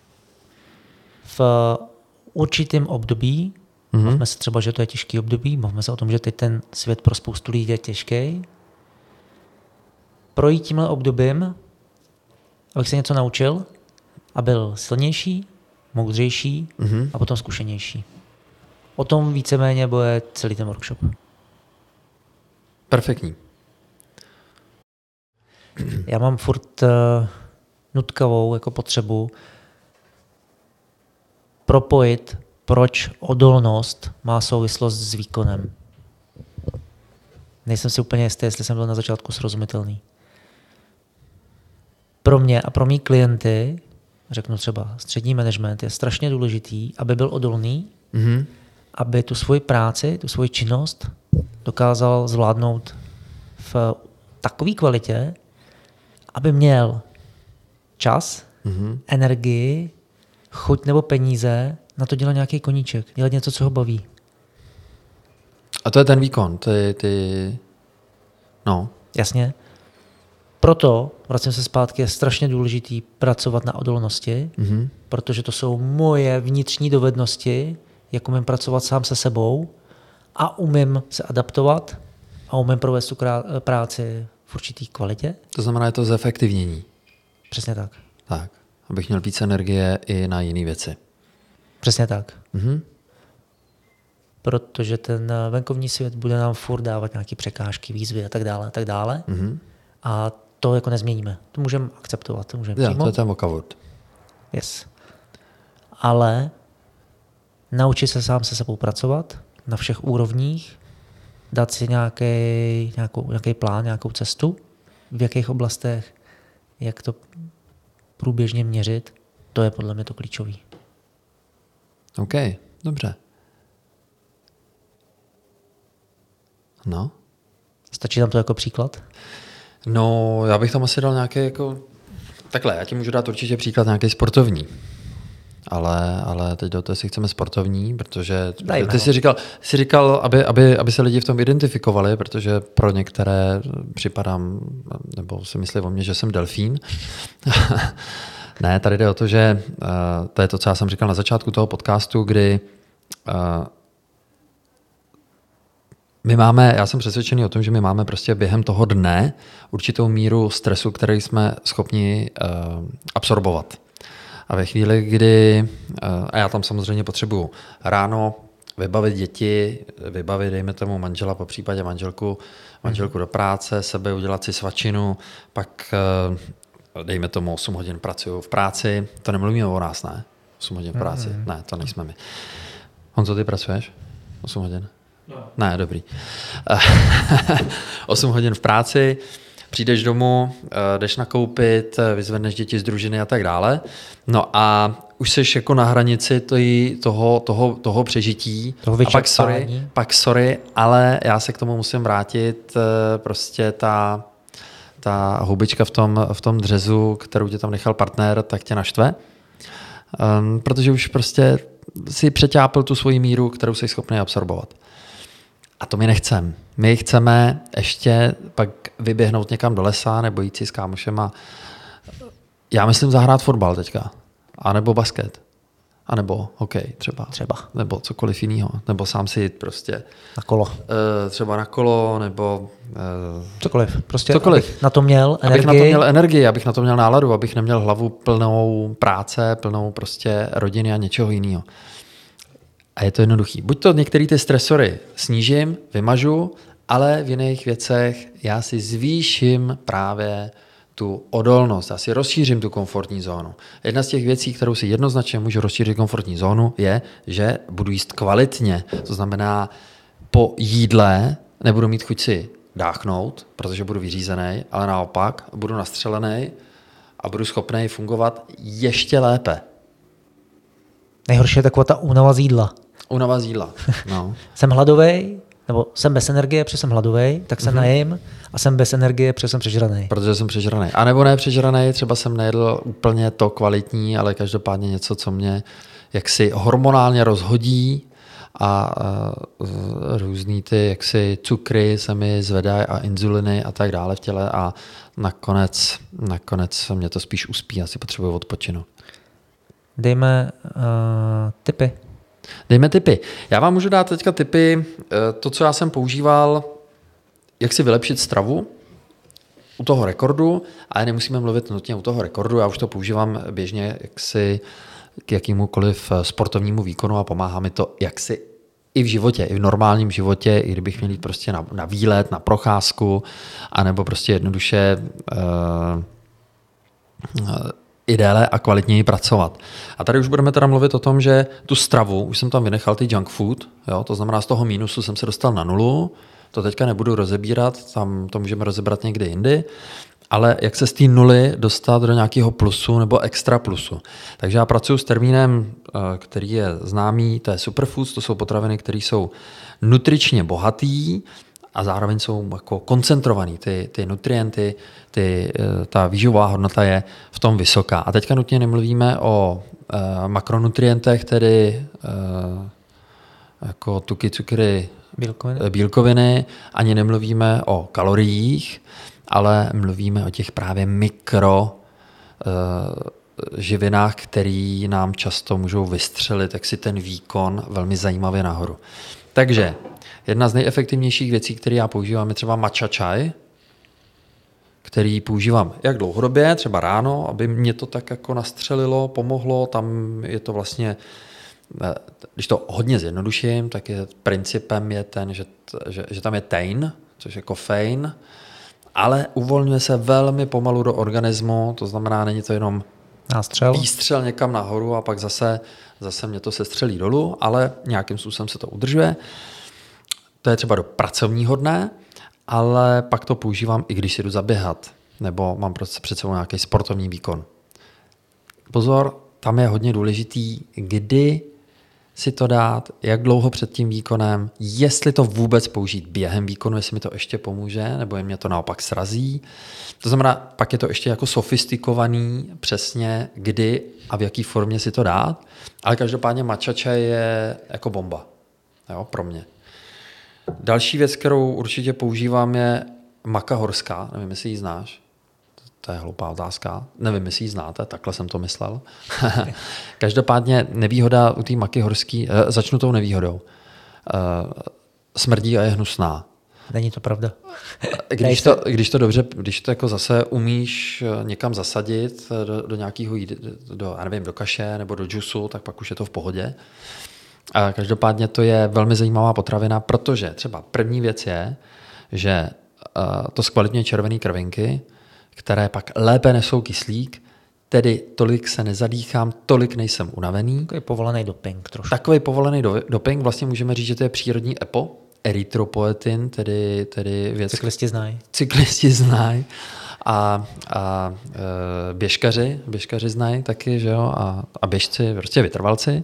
v určitém období, mm-hmm. bavme se třeba, že to je těžký období, bavme se o tom, že teď ten svět pro spoustu lidí je těžký, projít tímhle obdobím, abych se něco naučil a byl silnější, moudřejší mm-hmm. a potom zkušenější. O tom víceméně bude celý ten workshop. Perfektní. Já mám furt uh, nutkavou jako potřebu propojit, proč odolnost má souvislost s výkonem. Nejsem si úplně jistý, jestli jsem byl na začátku srozumitelný. Pro mě a pro mý klienty, řeknu třeba střední management, je strašně důležitý, aby byl odolný, mm-hmm. aby tu svoji práci, tu svoji činnost dokázal zvládnout v takové kvalitě, aby měl čas, mm-hmm. energii, chuť nebo peníze na to dělat nějaký koníček, dělat něco, co ho baví. A to je ten výkon, ty, ty... no. Jasně. Proto, vracím se zpátky, je strašně důležitý pracovat na odolnosti, mm-hmm. protože to jsou moje vnitřní dovednosti, jak umím pracovat sám se sebou a umím se adaptovat a umím provést tu krá- práci v určitý kvalitě. To znamená, je to zefektivnění. Přesně tak. Tak, abych měl více energie i na jiné věci. Přesně tak. Mhm. Protože ten venkovní svět bude nám furt dávat nějaké překážky, výzvy a tak dále, a tak dále. Mhm. A to jako nezměníme. To můžeme akceptovat, to můžeme Jo, přijmout. to je ten vokavod. Yes. Ale naučit se sám se sebou pracovat na všech úrovních, dát si nějaký, nějakou, nějaký plán, nějakou cestu, v jakých oblastech, jak to průběžně měřit, to je podle mě to klíčový. OK, dobře. No. Stačí tam to jako příklad? No, já bych tam asi dal nějaký jako... Takhle, já ti můžu dát určitě příklad nějaký sportovní. Ale, ale teď do toho si chceme sportovní, protože Dajme ty ho. jsi říkal, jsi říkal aby, aby, aby se lidi v tom identifikovali, protože pro některé připadám, nebo si myslí o mě, že jsem delfín. Ne, tady jde o to, že uh, to je to, co já jsem říkal na začátku toho podcastu, kdy uh, my máme, já jsem přesvědčený o tom, že my máme prostě během toho dne určitou míru stresu, který jsme schopni uh, absorbovat. A ve chvíli, kdy, a já tam samozřejmě potřebuju ráno vybavit děti, vybavit, dejme tomu manžela, po případě manželku, manželku do práce, sebe udělat si svačinu, pak dejme tomu osm hodin pracuju v práci, to nemluvíme o nás, ne? osm hodin v práci, mm-hmm. Ne, to nejsme my. Honzo, ty pracuješ? osm hodin? No. Ne, dobrý. osm hodin v práci, přijdeš domů, jdeš nakoupit, vyzvedneš děti z družiny a tak dále. No a už jsi jako na hranici toho, toho, toho přežití. Toho a pak sorry, pak sorry, ale já se k tomu musím vrátit. Prostě ta, ta hubička v tom, v tom dřezu, kterou tě tam nechal partner, tak tě naštve. Um, protože už prostě si přeťápil tu svoji míru, kterou jsi schopný absorbovat. A to my nechceme. My chceme ještě pak vyběhnout někam do lesa nebo jít si s kámošema. Já myslím zahrát fotbal teďka. A nebo basket. A nebo hokej třeba. Třeba. Nebo cokoliv jiného. Nebo sám si jít prostě. Na kolo. Uh, třeba na kolo, nebo... Uh, cokoliv. Prostě cokoliv. Abych na to měl energii. Abych na to měl energii, abych na to měl náladu, abych neměl hlavu plnou práce, plnou prostě rodiny a něčeho jiného. A je to jednoduchý. Buď to některé ty stresory snížím, vymažu, ale v jiných věcech já si zvýším právě tu odolnost, já si rozšířím tu komfortní zónu. Jedna z těch věcí, kterou si jednoznačně můžu rozšířit komfortní zónu, je, že budu jíst kvalitně. To znamená, po jídle nebudu mít chuť si dáchnout, protože budu vyřízený, ale naopak budu nastřelený a budu schopný fungovat ještě lépe. Nejhorší je taková ta únava z jídla. Únava z jídla, no. Jsem hladovej, nebo jsem bez energie, protože jsem hladovej, tak se mm-hmm. najím a jsem bez energie, protože jsem přežraný. Protože jsem přežraný. A nebo ne přežraný, třeba jsem nejedl úplně to kvalitní, ale každopádně něco, co mě jaksi hormonálně rozhodí a uh, různý ty jaksi cukry se mi zvedají a inzuliny a tak dále v těle a nakonec, nakonec mě to spíš uspí, asi potřebuji odpočinout. Dejme uh, tipy. Dejme tipy. Já vám můžu dát teďka tipy, to, co já jsem používal, jak si vylepšit stravu u toho rekordu, ale nemusíme mluvit nutně u toho rekordu, já už to používám běžně jaksi k jakýmukoliv sportovnímu výkonu a pomáhá mi to jaksi i v životě, i v normálním životě, i kdybych měl jít prostě na, na výlet, na procházku, anebo prostě jednoduše uh, uh, i déle a kvalitněji pracovat. A tady už budeme teda mluvit o tom, že tu stravu, už jsem tam vynechal ty junk food, jo, to znamená z toho mínusu jsem se dostal na nulu, to teďka nebudu rozebírat, tam to můžeme rozebrat někdy jindy, ale jak se z té nuly dostat do nějakého plusu nebo extra plusu. Takže já pracuji s termínem, který je známý, to je superfoods, to jsou potraviny, které jsou nutričně bohatý, a zároveň jsou jako koncentrovaný, ty, ty nutrienty, ty, ta výživová hodnota je v tom vysoká. A teďka nutně nemluvíme o uh, makronutrientech, tedy uh, jako tuky, cukry, bílkoviny. bílkoviny, ani nemluvíme o kaloriích, ale mluvíme o těch právě mikro uh, živinách, které nám často můžou vystřelit, jak si ten výkon velmi zajímavě nahoru. Takže jedna z nejefektivnějších věcí, které já používám, je třeba matcha čaj, který používám jak dlouhodobě, třeba ráno, aby mě to tak jako nastřelilo, pomohlo. Tam je to vlastně, když to hodně zjednoduším, tak je, principem je ten, že, že, že tam je tein, což je kofein, ale uvolňuje se velmi pomalu do organismu, to znamená, není to jenom nástřel, výstřel někam nahoru a pak zase, zase mě to sestřelí dolů, ale nějakým způsobem se to udržuje. To je třeba do pracovního dne, ale pak to používám i když si jdu zaběhat, nebo mám před sebou nějaký sportovní výkon. Pozor, tam je hodně důležitý, kdy si to dát, jak dlouho před tím výkonem, jestli to vůbec použít během výkonu, jestli mi to ještě pomůže, nebo je mě to naopak srazí. To znamená, pak je to ještě jako sofistikovaný přesně, kdy a v jaký formě si to dát, ale každopádně matcha čaj je jako bomba, jo, pro mě. Další věc, kterou určitě používám, je maka horská, nevím, jestli ji znáš. To je hloupá otázka. Nevím, jestli ji znáte, takhle jsem to myslel. Každopádně nevýhoda u té maky horský, eh, začnu tou nevýhodou. Eh, smrdí a je hnusná. Není to pravda. Když to, když to dobře, když to jako zase umíš někam zasadit do, do nějakého jídla, do, já nevím, do kaše nebo do džusu, tak pak už je to v pohodě. A každopádně to je velmi zajímavá potravina, protože třeba první věc je, že uh, to zkvalitňuje červené krvinky, které pak lépe nesou kyslík, tedy tolik se nezadýchám, tolik nejsem unavený. Takový povolený doping trošku. Takový povolený do, doping, vlastně můžeme říct, že to je přírodní E P O, erytropoetin, tedy, tedy věc... Cyklisti znají. Cyklisti znají. A, a e, běžkaři, běžkaři znají taky, že jo, a, a běžci, prostě vytrvalci.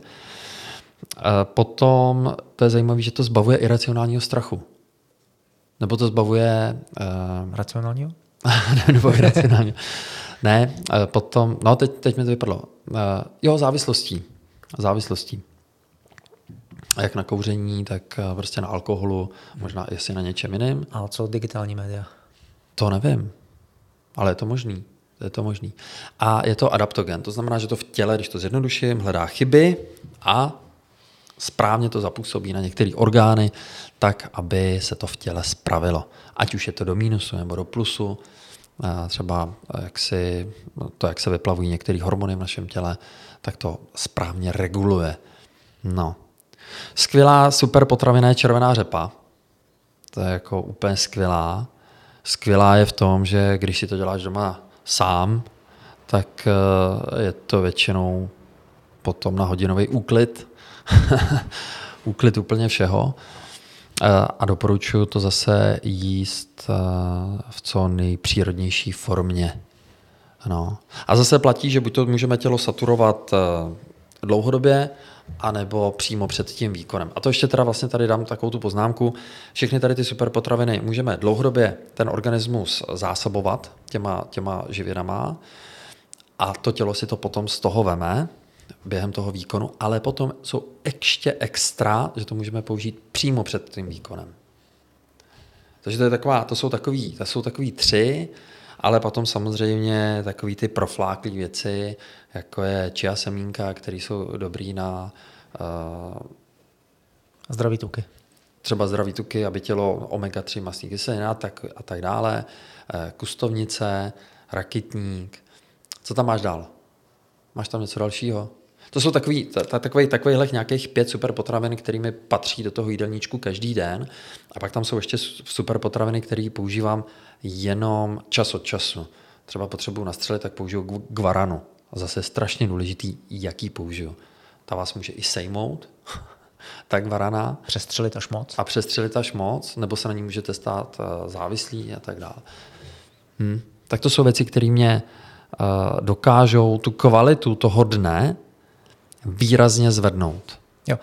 A potom to je zajímavé, že to zbavuje iracionálního strachu. Nebo to zbavuje... E, racionálního? nebo iracionálního. Ne, potom, no teď, teď mi to vypadlo. E, jo, závislostí. Závislostí. Jak na kouření, tak prostě na alkoholu, možná jestli na něčem jiným. A co digitální média? To nevím, ale je to možný. Je to možný. A je to adaptogen, to znamená, že to v těle, když to zjednoduším, hledá chyby a správně to zapůsobí na některé orgány, tak, aby se to v těle spravilo. Ať už je to do mínusu nebo do plusu, třeba jak si, to, jak se vyplavují některé hormony v našem těle, tak to správně reguluje. No. Skvělá super potravina je červená řepa. To je jako úplně skvělá. Skvělá je v tom, že když si to děláš doma sám, tak je to většinou potom na hodinový úklid. Úklid úplně všeho. A doporučuji to zase jíst v co nejpřírodnější formě. No. A zase platí, že buď to můžeme tělo saturovat dlouhodobě, anebo přímo před tím výkonem. A to ještě teda vlastně tady dám takovou tu poznámku. Všechny tady ty superpotraviny můžeme dlouhodobě ten organismus zásobovat těma, těma živinama a to tělo si to potom z toho veme během toho výkonu, ale potom jsou ještě extra, že to můžeme použít přímo před tím výkonem. Takže to, je taková, to jsou takový, to jsou takový tři, ale potom samozřejmě takový ty profláklý věci, jako je chia semínka, které jsou dobrý na uh, zdraví tuky. Třeba zdraví tuky, aby tělo omega tři mastní kyselina tak, a tak dále. Kustovnice, rakitník. Co tam máš dál? Máš tam něco dalšího? To jsou takový, ta, takový, takových nějakých pět super potravin, kterými patří do toho jídelníčku každý den. A pak tam jsou ještě super potraviny, které používám jenom čas od času. Třeba potřebuji nastřelit, tak použiju guaranu. A zase je strašně důležitý, jaký použiju. Ta vás může i sejmout, ta guarana. Přestřelit až moc. A přestřelit až moc, nebo se na ní můžete stát závislí a tak dále. Hm. Tak to jsou věci, které mě uh, dokážou tu kvalitu toho dne výrazně zvednout. Jo.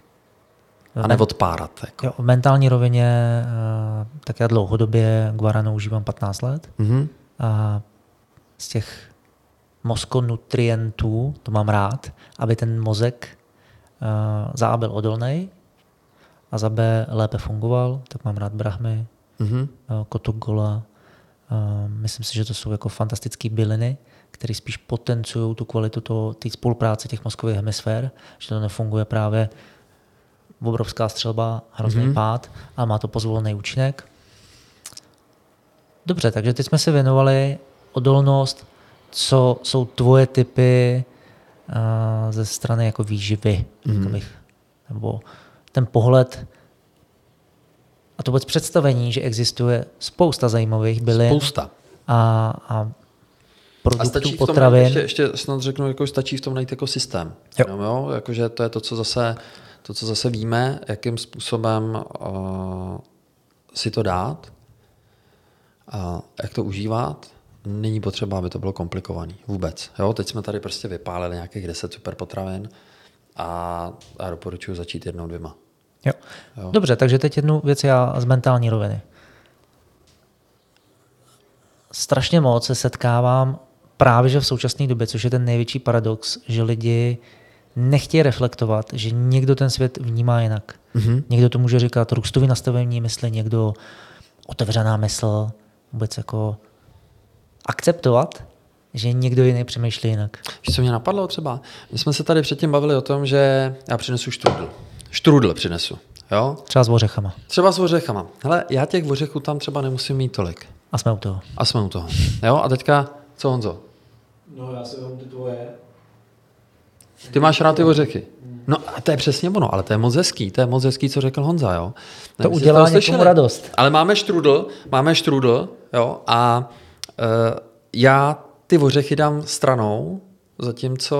A neodpárat. Jako. Jo, v mentální rovině tak já dlouhodobě guaranu užívám patnáct let. Mm-hmm. A z těch mozkonutrientů, to mám rád, aby ten mozek za A byl odolný a za B lépe fungoval, tak mám rád brahmy, mm-hmm. kotogola. Myslím si, že to jsou jako fantastické byliny, které spíš potenciují tu kvalitu té spolupráce těch mozkových hemisfér, že to nefunguje právě obrovská střelba, hrozný mm-hmm. pád a má to pozvolný účinek. Dobře, takže teď jsme se věnovali odolnost, co jsou tvoje typy uh, ze strany jako výživy, mm-hmm. bych, nebo ten pohled a to vůbec představení, že existuje spousta zajímavých bylin spousta. a, a produktů, a stačí potravin. Najít, ještě, ještě snad řeknu, jako stačí v tom najít jako systém. Jo. Jo, jo? Jakože to je to, co zase, to, co zase víme, jakým způsobem uh, si to dát a jak to užívat. Není potřeba, aby to bylo komplikovaný. Vůbec. Jo? Teď jsme tady prostě vypálili nějakých deset super potravin a, a doporučuji začít jednou, dvěma. Jo. Jo. Dobře, takže teď jednu věc já z mentální roviny. Strašně moc se setkávám právě že v současné době, což je ten největší paradox, že lidi nechtějí reflektovat, že někdo ten svět vnímá jinak. Mm-hmm. Někdo to může říkat růstový nastavení mysli, někdo otevřená mysl, vůbec jako akceptovat, že někdo jiný přemýšlí jinak. Víš, co mě napadlo třeba? My jsme se tady předtím bavili o tom, že já přinesu štrudl. Štrudl přinesu. Jo? Třeba s ořechama. Třeba s ořechama. Hele, já těch ořechů tam třeba nemusím mít tolik. A jsme u toho. A jsme u toho. Jo? A teďka, co Honzo? No já se vám ty tvoje. Ty máš rád ty ořechy. No a to je přesně ono, ale to je moc hezký, to je moc hezký, co řekl Honza, jo. To nevím, udělá někomu radost. Ale máme štrudl, máme štrudl, jo, a uh, já ty ořechy dám stranou, zatímco,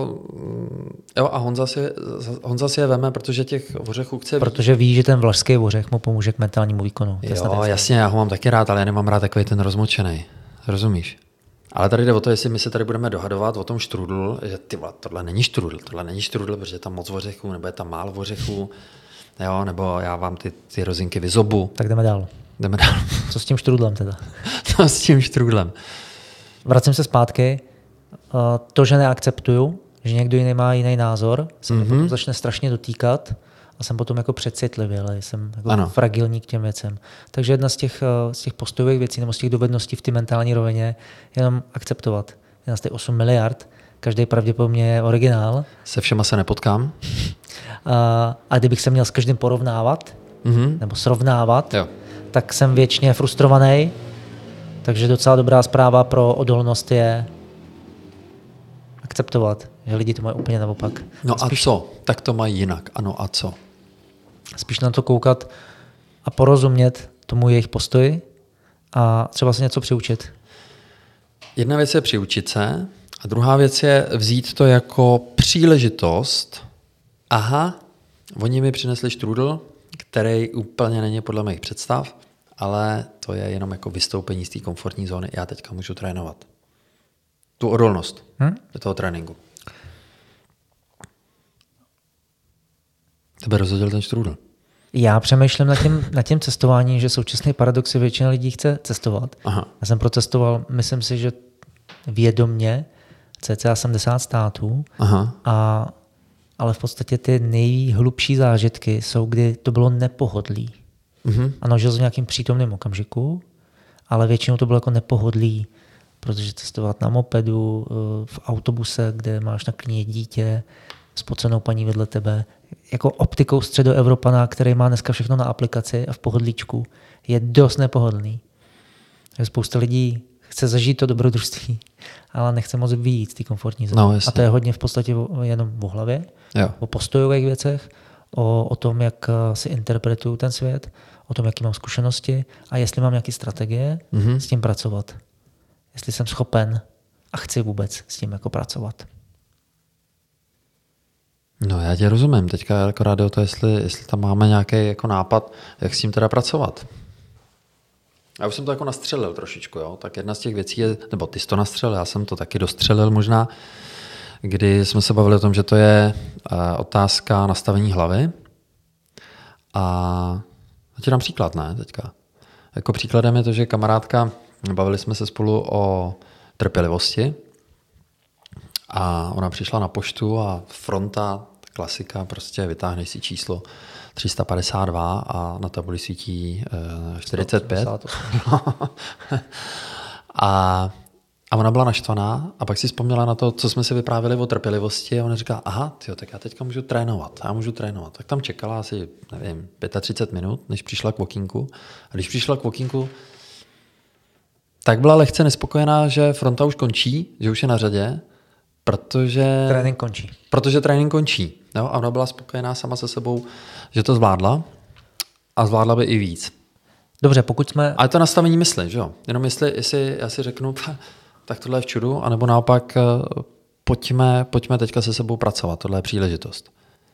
jo, a Honza si, Honza si je veme, protože těch ořechů chce Protože ví, že ten vlašský ořech mu pomůže k mentálnímu výkonu. Jo, jasně, já ho mám taky rád, ale já nemám rád takový ten rozmočený. Rozumíš? Ale tady jde o to, jestli my se tady budeme dohadovat o tom štrudlu, že ty vole, tohle není štrudl, tohle není štrudl, protože je tam moc ořechů, nebo je tam málo ořechů, jo, nebo já vám ty, ty rozinky vyzobu. Tak jdeme dál. Jdeme dál. Co s tím štrudlem teda? Co s tím štrudlem? Vracím se zpátky. To, že neakceptuju, že někdo jiný má jiný názor, se mm-hmm. mě potom začne strašně dotýkat a jsem potom jako přecitlivý, ale jsem jako fragilní k těm věcem. Takže jedna z těch, z těch postojových věcí nebo z těch dovedností v té mentální rovině je jenom akceptovat. Jedna z těch osm miliard, každý pravděpodobně je originál. Se všema se nepotkám. A, a kdybych se měl s každým porovnávat mm-hmm. nebo srovnávat, jo. tak jsem věčně frustrovaný. Takže docela dobrá zpráva pro odolnost je akceptovat, že lidi to mají úplně naopak. No a, spíš, a co? Tak to mají jinak. Ano a co? Spíš na to koukat a porozumět tomu jejich postoji a třeba se něco přiučit. Jedna věc je přiučit se a druhá věc je vzít to jako příležitost. Aha, oni mi přinesli štrudl, který úplně není podle mých představ, ale to je jenom jako vystoupení z té komfortní zóny. Já teďka můžu trénovat. Tu odolnost hmm? do toho tréninku. Tebe rozhodil ten štrůdl. Já přemýšlím nad tím, nad tím cestováním, že současný paradox je, většina lidí chce cestovat. Aha. Já jsem procestoval, myslím si, že vědomně cca sedmdesát států, Aha. A, ale v podstatě ty nejhlubší zážitky jsou, kdy to bylo nepohodlí. Mm-hmm. Ano, žil v nějakým přítomným okamžiku, ale většinou to bylo jako nepohodlí, protože cestovat na mopedu, v autobuse, kde máš na klíně dítě, spocenou paní vedle tebe, jako optikou středoevropana, který má dneska všechno na aplikaci a v pohodlíčku, je dost nepohodlný. Takže spousta lidí chce zažít to dobrodružství, ale nechce moc vyjít z té komfortní zóny. No, a to je hodně v podstatě jenom o hlavě, jo. O postojových věcech, o, o tom, jak si interpretuju ten svět, o tom, jaký mám zkušenosti a jestli mám nějaké strategie mm-hmm. s tím pracovat. Jestli jsem schopen a chci vůbec s tím jako pracovat. No já tě rozumím. Teďka akorát jde o to, jestli, jestli tam máme nějaký jako nápad, jak s tím teda pracovat. Já už jsem to jako nastřelil trošičku, jo. Tak jedna z těch věcí je, nebo ty jsi to nastřelil, já jsem to taky dostřelil možná, kdy jsme se bavili o tom, že to je uh, otázka nastavení hlavy. A já ti dám příklad, ne, teďka. Jako příkladem je to, že kamarádka, bavili jsme se spolu o trpělivosti a ona přišla na poštu a fronta, klasika, prostě vytáhneš si číslo tři sta padesát dva a na tabuli svítí uh, čtyřicet pět. a A ona byla naštvaná a pak si vzpomněla na to, co jsme si vyprávěli o trpělivosti a ona říká, aha, tyjo, tak já teďka můžu trénovat, já můžu trénovat. Tak tam čekala asi, nevím, třicet pět minut, než přišla k walkinku. A když přišla k walkinku, tak byla lehce nespokojená, že fronta už končí, že už je na řadě, protože... Trénink končí. Protože trénink končí. Jo? A ona byla spokojená sama se sebou, že to zvládla a zvládla by i víc. Dobře, pokud jsme... Ale to nastavení mysli, že jo? Jenom jestli, jestli já si řeknu, tak tohle je v čudu, anebo naopak pojďme, pojďme teďka se sebou pracovat, tohle je příležitost.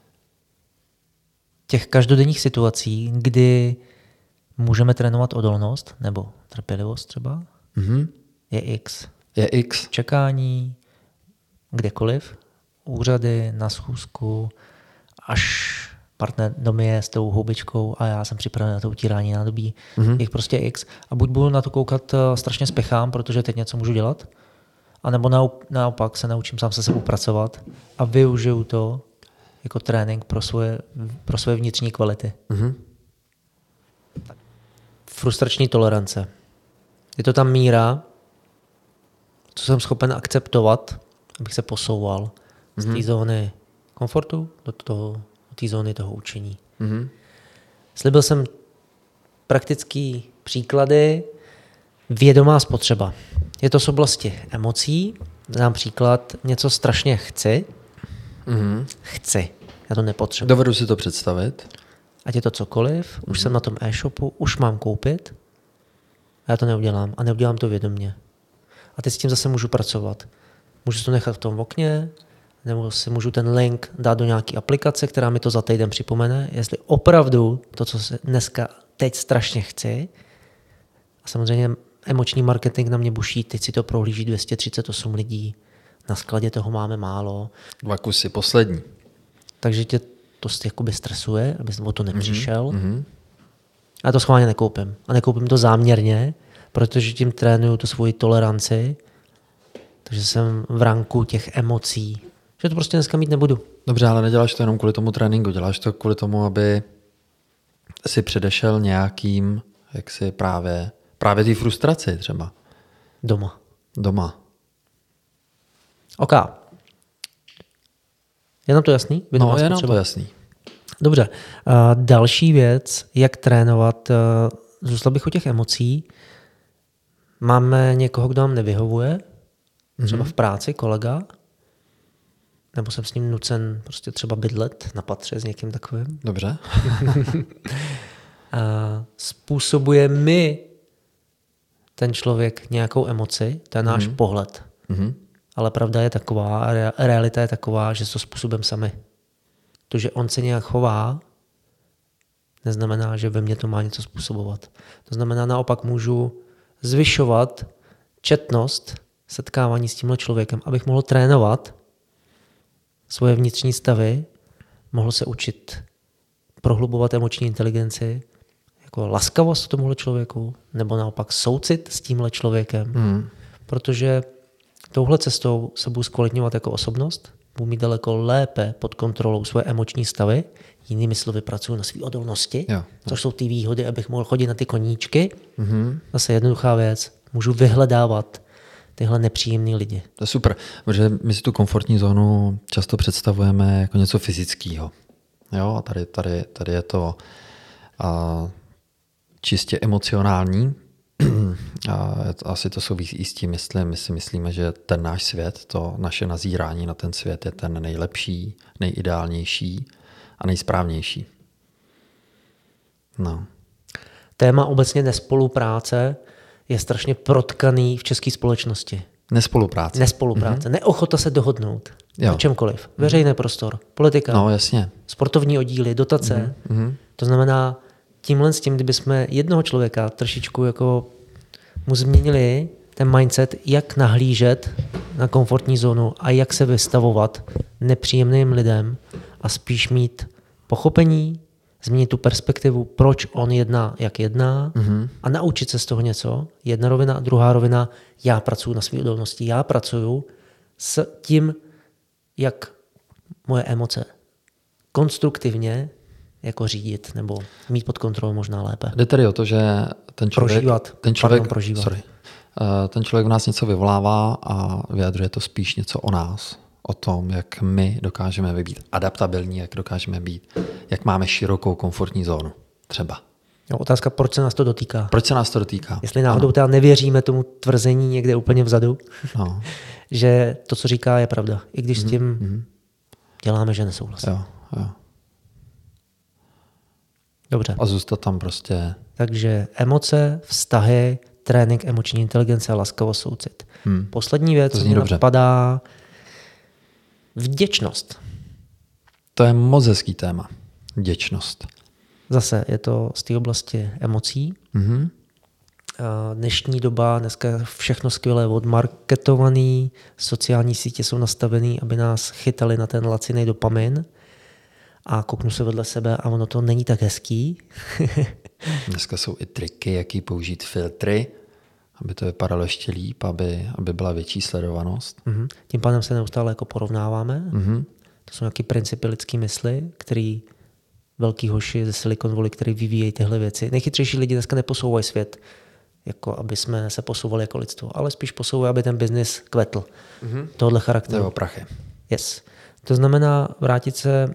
Těch každodenních situací, kdy můžeme trénovat odolnost nebo trpělivost třeba, mm-hmm. je X. Je X. Čekání, kdekoliv, úřady, na schůzku, až partner do mě s tou houbičkou a já jsem připraven na to utírání nádobí. Mm-hmm. Je prostě X. A buď budu na to koukat strašně spěchám, protože teď něco můžu dělat, anebo naopak se naučím sám se sebou pracovat a využiju to jako trénink pro svoje, pro svoje vnitřní kvality. Mm-hmm. Frustrační tolerance. Je to ta míra, co jsem schopen akceptovat, abych se posouval mm-hmm. z té zóny komfortu do toho, do té zóny toho učení. Mm-hmm. Slibil jsem praktický příklady. Vědomá spotřeba. Je to z oblasti emocí. Dám příklad, něco strašně chci. Mm-hmm. Chci. Já to nepotřebuji. Dovedu si to představit. Ať je to cokoliv, mm-hmm. už jsem na tom e-shopu, už mám koupit a já to neudělám. A neudělám to vědomě. A teď s tím zase můžu pracovat. Můžu to nechat v tom okně, nebo si můžu ten link dát do nějaké aplikace, která mi to za týden připomene, jestli opravdu to, co se dneska teď strašně chci. A samozřejmě emoční marketing na mě buší, teď si to prohlíží dvě stě třicet osm lidí, na skladě toho máme málo. Dva kusy, poslední. Takže tě to jakoby stresuje, abys o to nepřišel. Mm-hmm. A to schválně nekoupím. A nekoupím to záměrně, protože tím trénuju tu svoji toleranci, takže jsem v ranku těch emocí, že to prostě dneska mít nebudu. Dobře, ale neděláš to jenom kvůli tomu tréninku, děláš to kvůli tomu, aby si předešel nějakým, jak si právě, právě té frustraci třeba. Doma. Doma. OK. Je nám to jasný? No, je nám to jasný. Dobře. Uh, další věc, jak trénovat, uh, zůstal bych u těch emocí. Máme někoho, kdo nám nevyhovuje, třeba v práci, kolega, nebo jsem s ním nucen prostě třeba bydlet na patře s někým takovým. Dobře. A způsobuje mi ten člověk nějakou emoci, to je náš mm-hmm. pohled. Mm-hmm. Ale pravda je taková, realita je taková, že to způsobem sami. To, že on se nějak chová, neznamená, že ve mně to má něco způsobovat. To znamená, naopak můžu zvyšovat četnost setkávání s tímhle člověkem, abych mohl trénovat svoje vnitřní stavy, mohl se učit prohlubovat emoční inteligenci, jako laskavost tomuhle člověku, nebo naopak soucit s tímhle člověkem. Mm. Protože touhle cestou se budu zkvalitňovat jako osobnost, budu mít daleko lépe pod kontrolou svoje emoční stavy, jinými slovy pracuji na své odolnosti, jo, jo. což jsou ty výhody, abych mohl chodit na ty koníčky. Mm-hmm. Zase jednoduchá věc, můžu vyhledávat tyhle nepříjemný lidi. To je super, protože my si tu komfortní zónu často představujeme jako něco fyzického. Jo, a tady, tady, tady je to a, čistě emocionální. A asi to souvisí i s tím, jestli my si myslíme, že ten náš svět, to naše nazírání na ten svět je ten nejlepší, nejideálnější a nejsprávnější. No. Téma obecně nespolupráce je strašně protkaný v české společnosti. Nespolupráce. Nespolupráce. Mm-hmm. Neochota se dohodnout. Jo. Na čemkoliv. Veřejný mm-hmm. prostor, politika, no, jasně. sportovní oddíly, dotace. Mm-hmm. To znamená, tímhle s tím, kdybychom jednoho člověka trošičku jako mu změnili ten mindset, jak nahlížet na komfortní zónu a jak se vystavovat nepříjemným lidem a spíš mít pochopení, změnit tu perspektivu, proč on jedná, jak jedná mm-hmm. a naučit se z toho něco. Jedna rovina, druhá rovina, já pracuji na své odolnosti, já pracuji s tím, jak moje emoce konstruktivně jako řídit nebo mít pod kontrolou možná lépe. Jde tedy o to, že ten člověk, prožívat. Ten člověk, Pardon, prožívat. Sorry, ten člověk v nás něco vyvolává a vyjadřuje to spíš něco o nás, o tom, jak my dokážeme být adaptabilní, jak dokážeme být, jak máme širokou komfortní zónu třeba. No, otázka, proč se nás to dotýká? Proč se nás to dotýká? Jestli náhodou teda nevěříme tomu tvrzení někde úplně vzadu, no. že to, co říká, je pravda. I když mm-hmm. s tím děláme, že nesouhlasíme. Jo, jo. Dobře. A zůstat tam prostě. Takže emoce, vztahy, trénink emoční inteligence a laskavost, soucit. Hmm. Poslední věc, co mě napadá, vděčnost. To je moc hezký téma. Vděčnost. Zase je to z té oblasti emocí. Mm-hmm. Dnešní doba, dneska je všechno skvěle odmarketovaný, sociální sítě jsou nastavený, aby nás chytali na ten laciný dopamin a kouknu se vedle sebe a ono to není tak hezký. Dneska jsou i triky, jaký použít filtry, aby to vypadalo ještě líp, aby, aby byla větší sledovanost. Mm-hmm. Tím pádem se neustále jako porovnáváme. Mm-hmm. To jsou nějaké principy lidské mysli, který velký hoši ze Silicon Valley, který vyvíjejí tyhle věci. Nejchytřejší lidi dneska neposouvají svět, jako aby jsme se posouvali jako lidstvo, ale spíš posouvají, aby ten biznis kvetl. Mm-hmm. Tohle charakteru. Nebo prachy. Yes. To znamená vrátit se,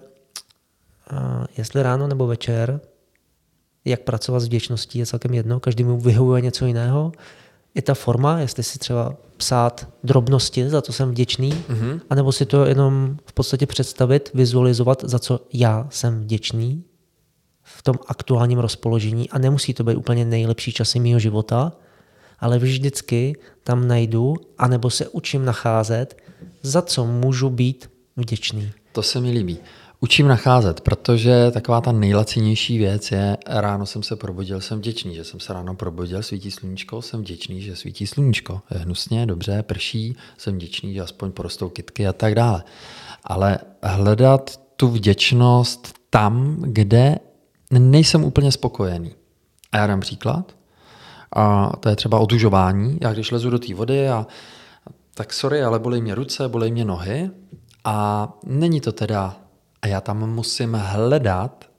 uh, jestli ráno nebo večer, jak pracovat s vděčností je celkem jedno, každý mu vyhovuje něco jiného. I ta forma, jestli si třeba psát drobnosti, za to jsem vděčný, mm-hmm. anebo si to jenom v podstatě představit, vizualizovat, za co já jsem vděčný v tom aktuálním rozpoložení a nemusí to být úplně nejlepší časy mýho života, ale vždycky tam najdu, anebo se učím nacházet, za co můžu být vděčný. To se mi líbí. Učím nacházet, protože taková ta nejlacinější věc je, ráno jsem se probudil, jsem vděčný, že jsem se ráno probudil, svítí sluníčko, jsem vděčný, že svítí sluníčko. Je hnusně, dobře, prší, jsem vděčný, že aspoň porostou kytky a tak dále. Ale hledat tu vděčnost tam, kde nejsem úplně spokojený. A já dám příklad. A to je třeba otužování. Já když lezu do té vody a tak sorry, ale bolej mě ruce, bolej mě nohy a není to teda. A já tam musím hledat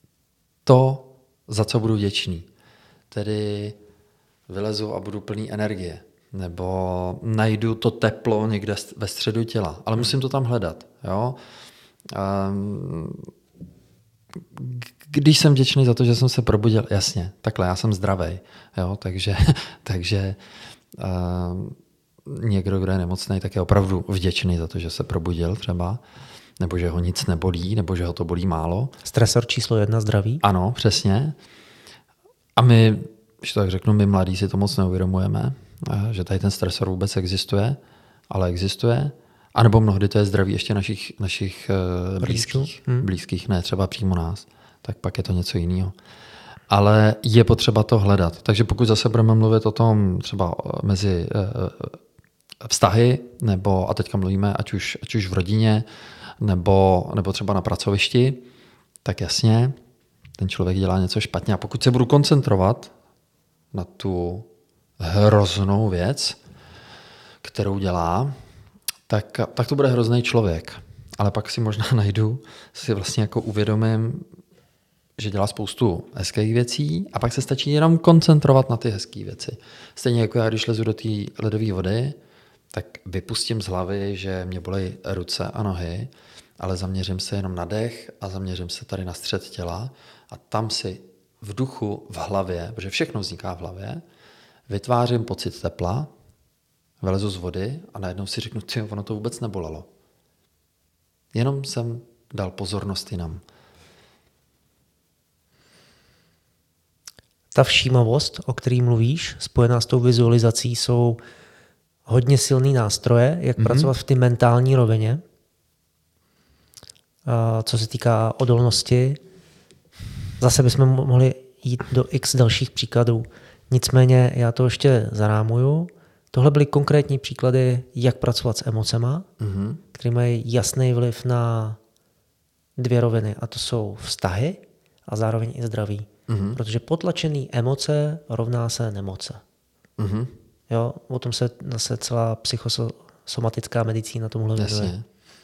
to, za co budu vděčný. Tedy vylezu a budu plný energie. Nebo najdu to teplo někde ve středu těla. Ale musím to tam hledat. Jo? Když jsem vděčný za to, že jsem se probudil, jasně, takhle, já jsem zdravý. Jo? Takže, takže někdo, kdo je nemocný, tak je opravdu vděčný za to, že se probudil třeba. Nebo že ho nic nebolí, nebo že ho to bolí málo. Stresor číslo jedna, zdraví. Ano, přesně. A my, když to tak řeknu, my mladí si to moc neuvědomujeme, že tady ten stresor vůbec existuje, ale existuje. A nebo mnohdy to je zdraví ještě našich, našich blízkých, hmm. blízkých, ne třeba přímo nás. Tak pak je to něco jiného. Ale je potřeba to hledat. Takže pokud zase budeme mluvit o tom třeba mezi vztahy, nebo, a teďka mluvíme ať už, ať už v rodině, Nebo, nebo třeba na pracovišti, tak jasně, ten člověk dělá něco špatně. A pokud se budu koncentrovat na tu hroznou věc, kterou dělá, tak, tak to bude hrozný člověk. Ale pak si možná najdu, si vlastně jako uvědomím, že dělá spoustu hezkých věcí a pak se stačí jenom koncentrovat na ty hezké věci. Stejně jako já, když lezu do té ledové vody, tak vypustím z hlavy, že mě bolí ruce a nohy, ale zaměřím se jenom na dech a zaměřím se tady na střed těla a tam si v duchu, v hlavě, protože všechno vzniká v hlavě, vytvářím pocit tepla, vylezu z vody a najednou si řeknu, ty, ono to vůbec nebolelo. Jenom jsem dal pozornost jinam. Ta všímavost, o který mluvíš, spojená s tou vizualizací, jsou hodně silný nástroje, jak mm-hmm. pracovat v té mentální rovině. Co se týká odolnosti, zase bychom mohli jít do x dalších příkladů. Nicméně já to ještě zarámuju. Tohle byly konkrétní příklady, jak pracovat s emocema, mm-hmm. které mají jasný vliv na dvě roviny. A to jsou vztahy a zároveň i zdraví. Mm-hmm. Protože potlačený emoce rovná se nemoce. Mm-hmm. Jo, o tom se zase celá psychosomatická medicína tomu mluví.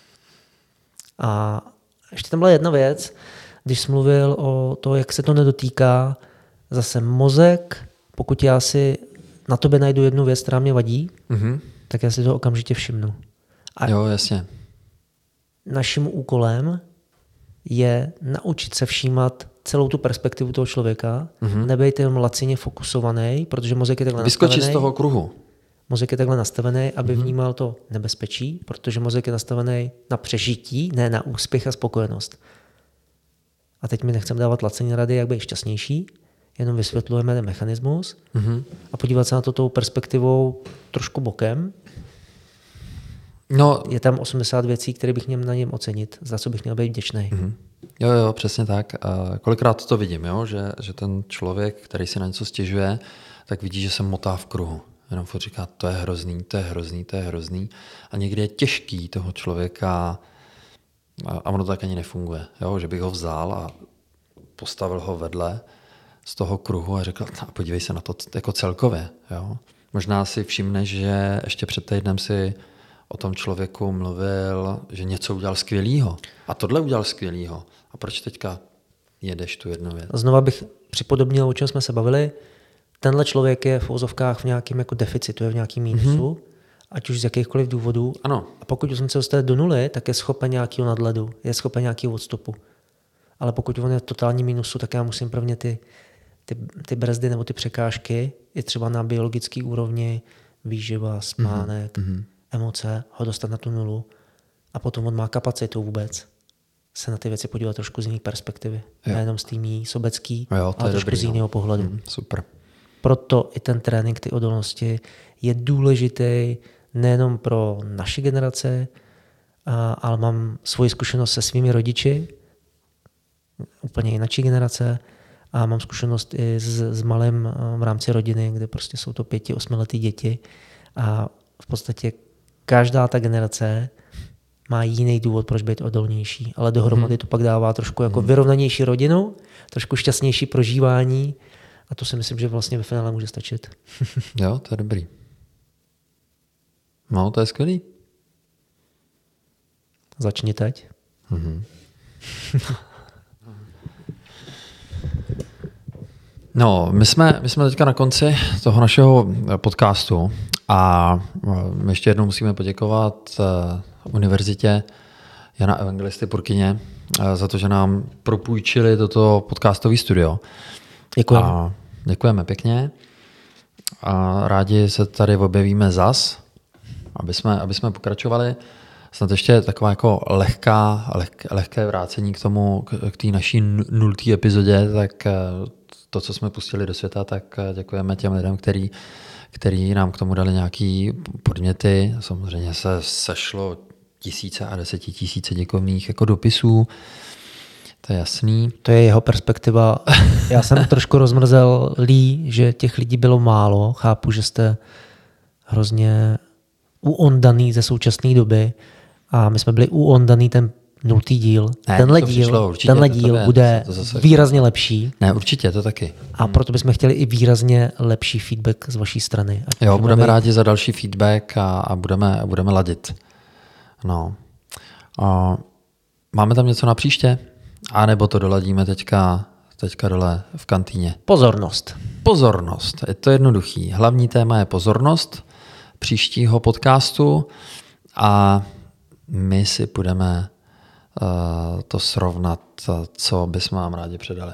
A ještě tam byla jedna věc, když jsi mluvil o to, jak se to nedotýká, zase mozek, pokud já si na tobě najdu jednu věc, která mě vadí, mm-hmm. tak já si to okamžitě všimnu. A jo, jasně. Naším úkolem je naučit se všímat celou tu perspektivu toho člověka, mm-hmm. nebejt jenom lacině fokusovaný, protože mozek je takhle Vyskočit nastavený. z toho kruhu. Mozek je takhle nastavený, aby mm-hmm. vnímal to nebezpečí, protože mozek je nastavený na přežití, ne na úspěch a spokojenost. A teď mi nechceme dávat lacině rady, jak být šťastnější, jenom vysvětlujeme ten mechanismus mm-hmm. a podívat se na to tou perspektivou trošku bokem. No, je tam osmdesát věcí, které bych měl na něm ocenit, za co bych měl být vděčný. Mm-hmm. Jo, jo, přesně tak. A kolikrát to vidím, jo? Že, že ten člověk, který si na něco stěžuje, tak vidí, že se motá v kruhu. Jenom furt říká, to je hrozný, to je hrozný, to je hrozný. A někdy je těžký toho člověka, a, a ono to tak ani nefunguje, jo? Že bych ho vzal a postavil ho vedle z toho kruhu a řekl, a podívej se na to jako celkově. Jo? Možná si všimneš, že ještě před týdnem si o tom člověku mluvil, že něco udělal skvělýho. A tohle udělal skvělýho. A proč teďka jedeš tu jednu věc? Znova bych připodobnil, o čem jsme se bavili. Tenhle člověk je v uvozovkách v nějakém jako deficitu, je v nějakém mínusu, mm-hmm. ať už z jakýchkoliv důvodů. Ano. A pokud on se dostane do nuly, tak je schopen nějakého nadhledu, je schopen nějakého odstupu. Ale pokud on je v totálním mínusu, tak já musím prvně ty, ty, ty brzdy nebo ty překážky, i třeba na biologické úrovni, výživa, spánek, mm-hmm. emoce, ho dostat na tu nulu a potom on má kapacitu vůbec se na ty věci podívat trošku z jiné perspektivy. Jo. Nejenom z té mý sobecký, jo, ale trošku z jiného pohledu. Mm, super. Proto i ten trénink, ty odolnosti je důležitý nejenom pro naši generace, a, ale mám svoji zkušenost se svými rodiči, úplně jináčí generace, a mám zkušenost i s, s malým v rámci rodiny, kde prostě jsou to pěti, osmiletý děti a v podstatě každá ta generace má jiný důvod, proč být odolnější, ale dohromady to pak dává trošku jako vyrovnanější rodinu, trošku šťastnější prožívání a to si myslím, že vlastně ve finále může stačit. Jo, to je dobrý. No, to je skvělý. Začni teď. Mm-hmm. No, my jsme, my jsme teďka na konci toho našeho podcastu a my ještě jednou musíme poděkovat Univerzitě Jana Evangelisty Purkyně za to, že nám propůjčili toto podcastové studio. Děkujeme. A děkujeme pěkně. A rádi se tady objevíme zas, aby jsme, aby jsme pokračovali. Snad ještě taková jako lehká, leh, lehké vrácení k tomu, k té naší nultý epizodě, tak to, co jsme pustili do světa, tak děkujeme těm lidem, který, který nám k tomu dali nějaký podněty. Samozřejmě se sešlo tisíce a desetitisíce děkovných jako dopisů. To je jasný. To je jeho perspektiva. Já jsem trošku rozmrzel lí, že těch lidí bylo málo. Chápu, že jste hrozně uondaný ze současné doby a my jsme byli uondaný ten nultý díl. Ne, tenhle to díl, přišlo, určitě, tenhle to díl je, bude to zase výrazně lepší. Ne, určitě, to taky. A proto bychom chtěli i výrazně lepší feedback z vaší strany. Ať jo, budeme být... rádi za další feedback a, a budeme, budeme ladit. No. A máme tam něco na příště? A nebo to doladíme teďka, teďka dole v kantýně? Pozornost. Pozornost. Je to jednoduchý. Hlavní téma je pozornost příštího podcastu a my si budeme uh, to srovnat, co bychom vám rádi předali.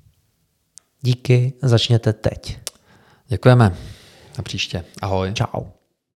Díky, začněte teď. Děkujeme. Na příště. Ahoj. Čau.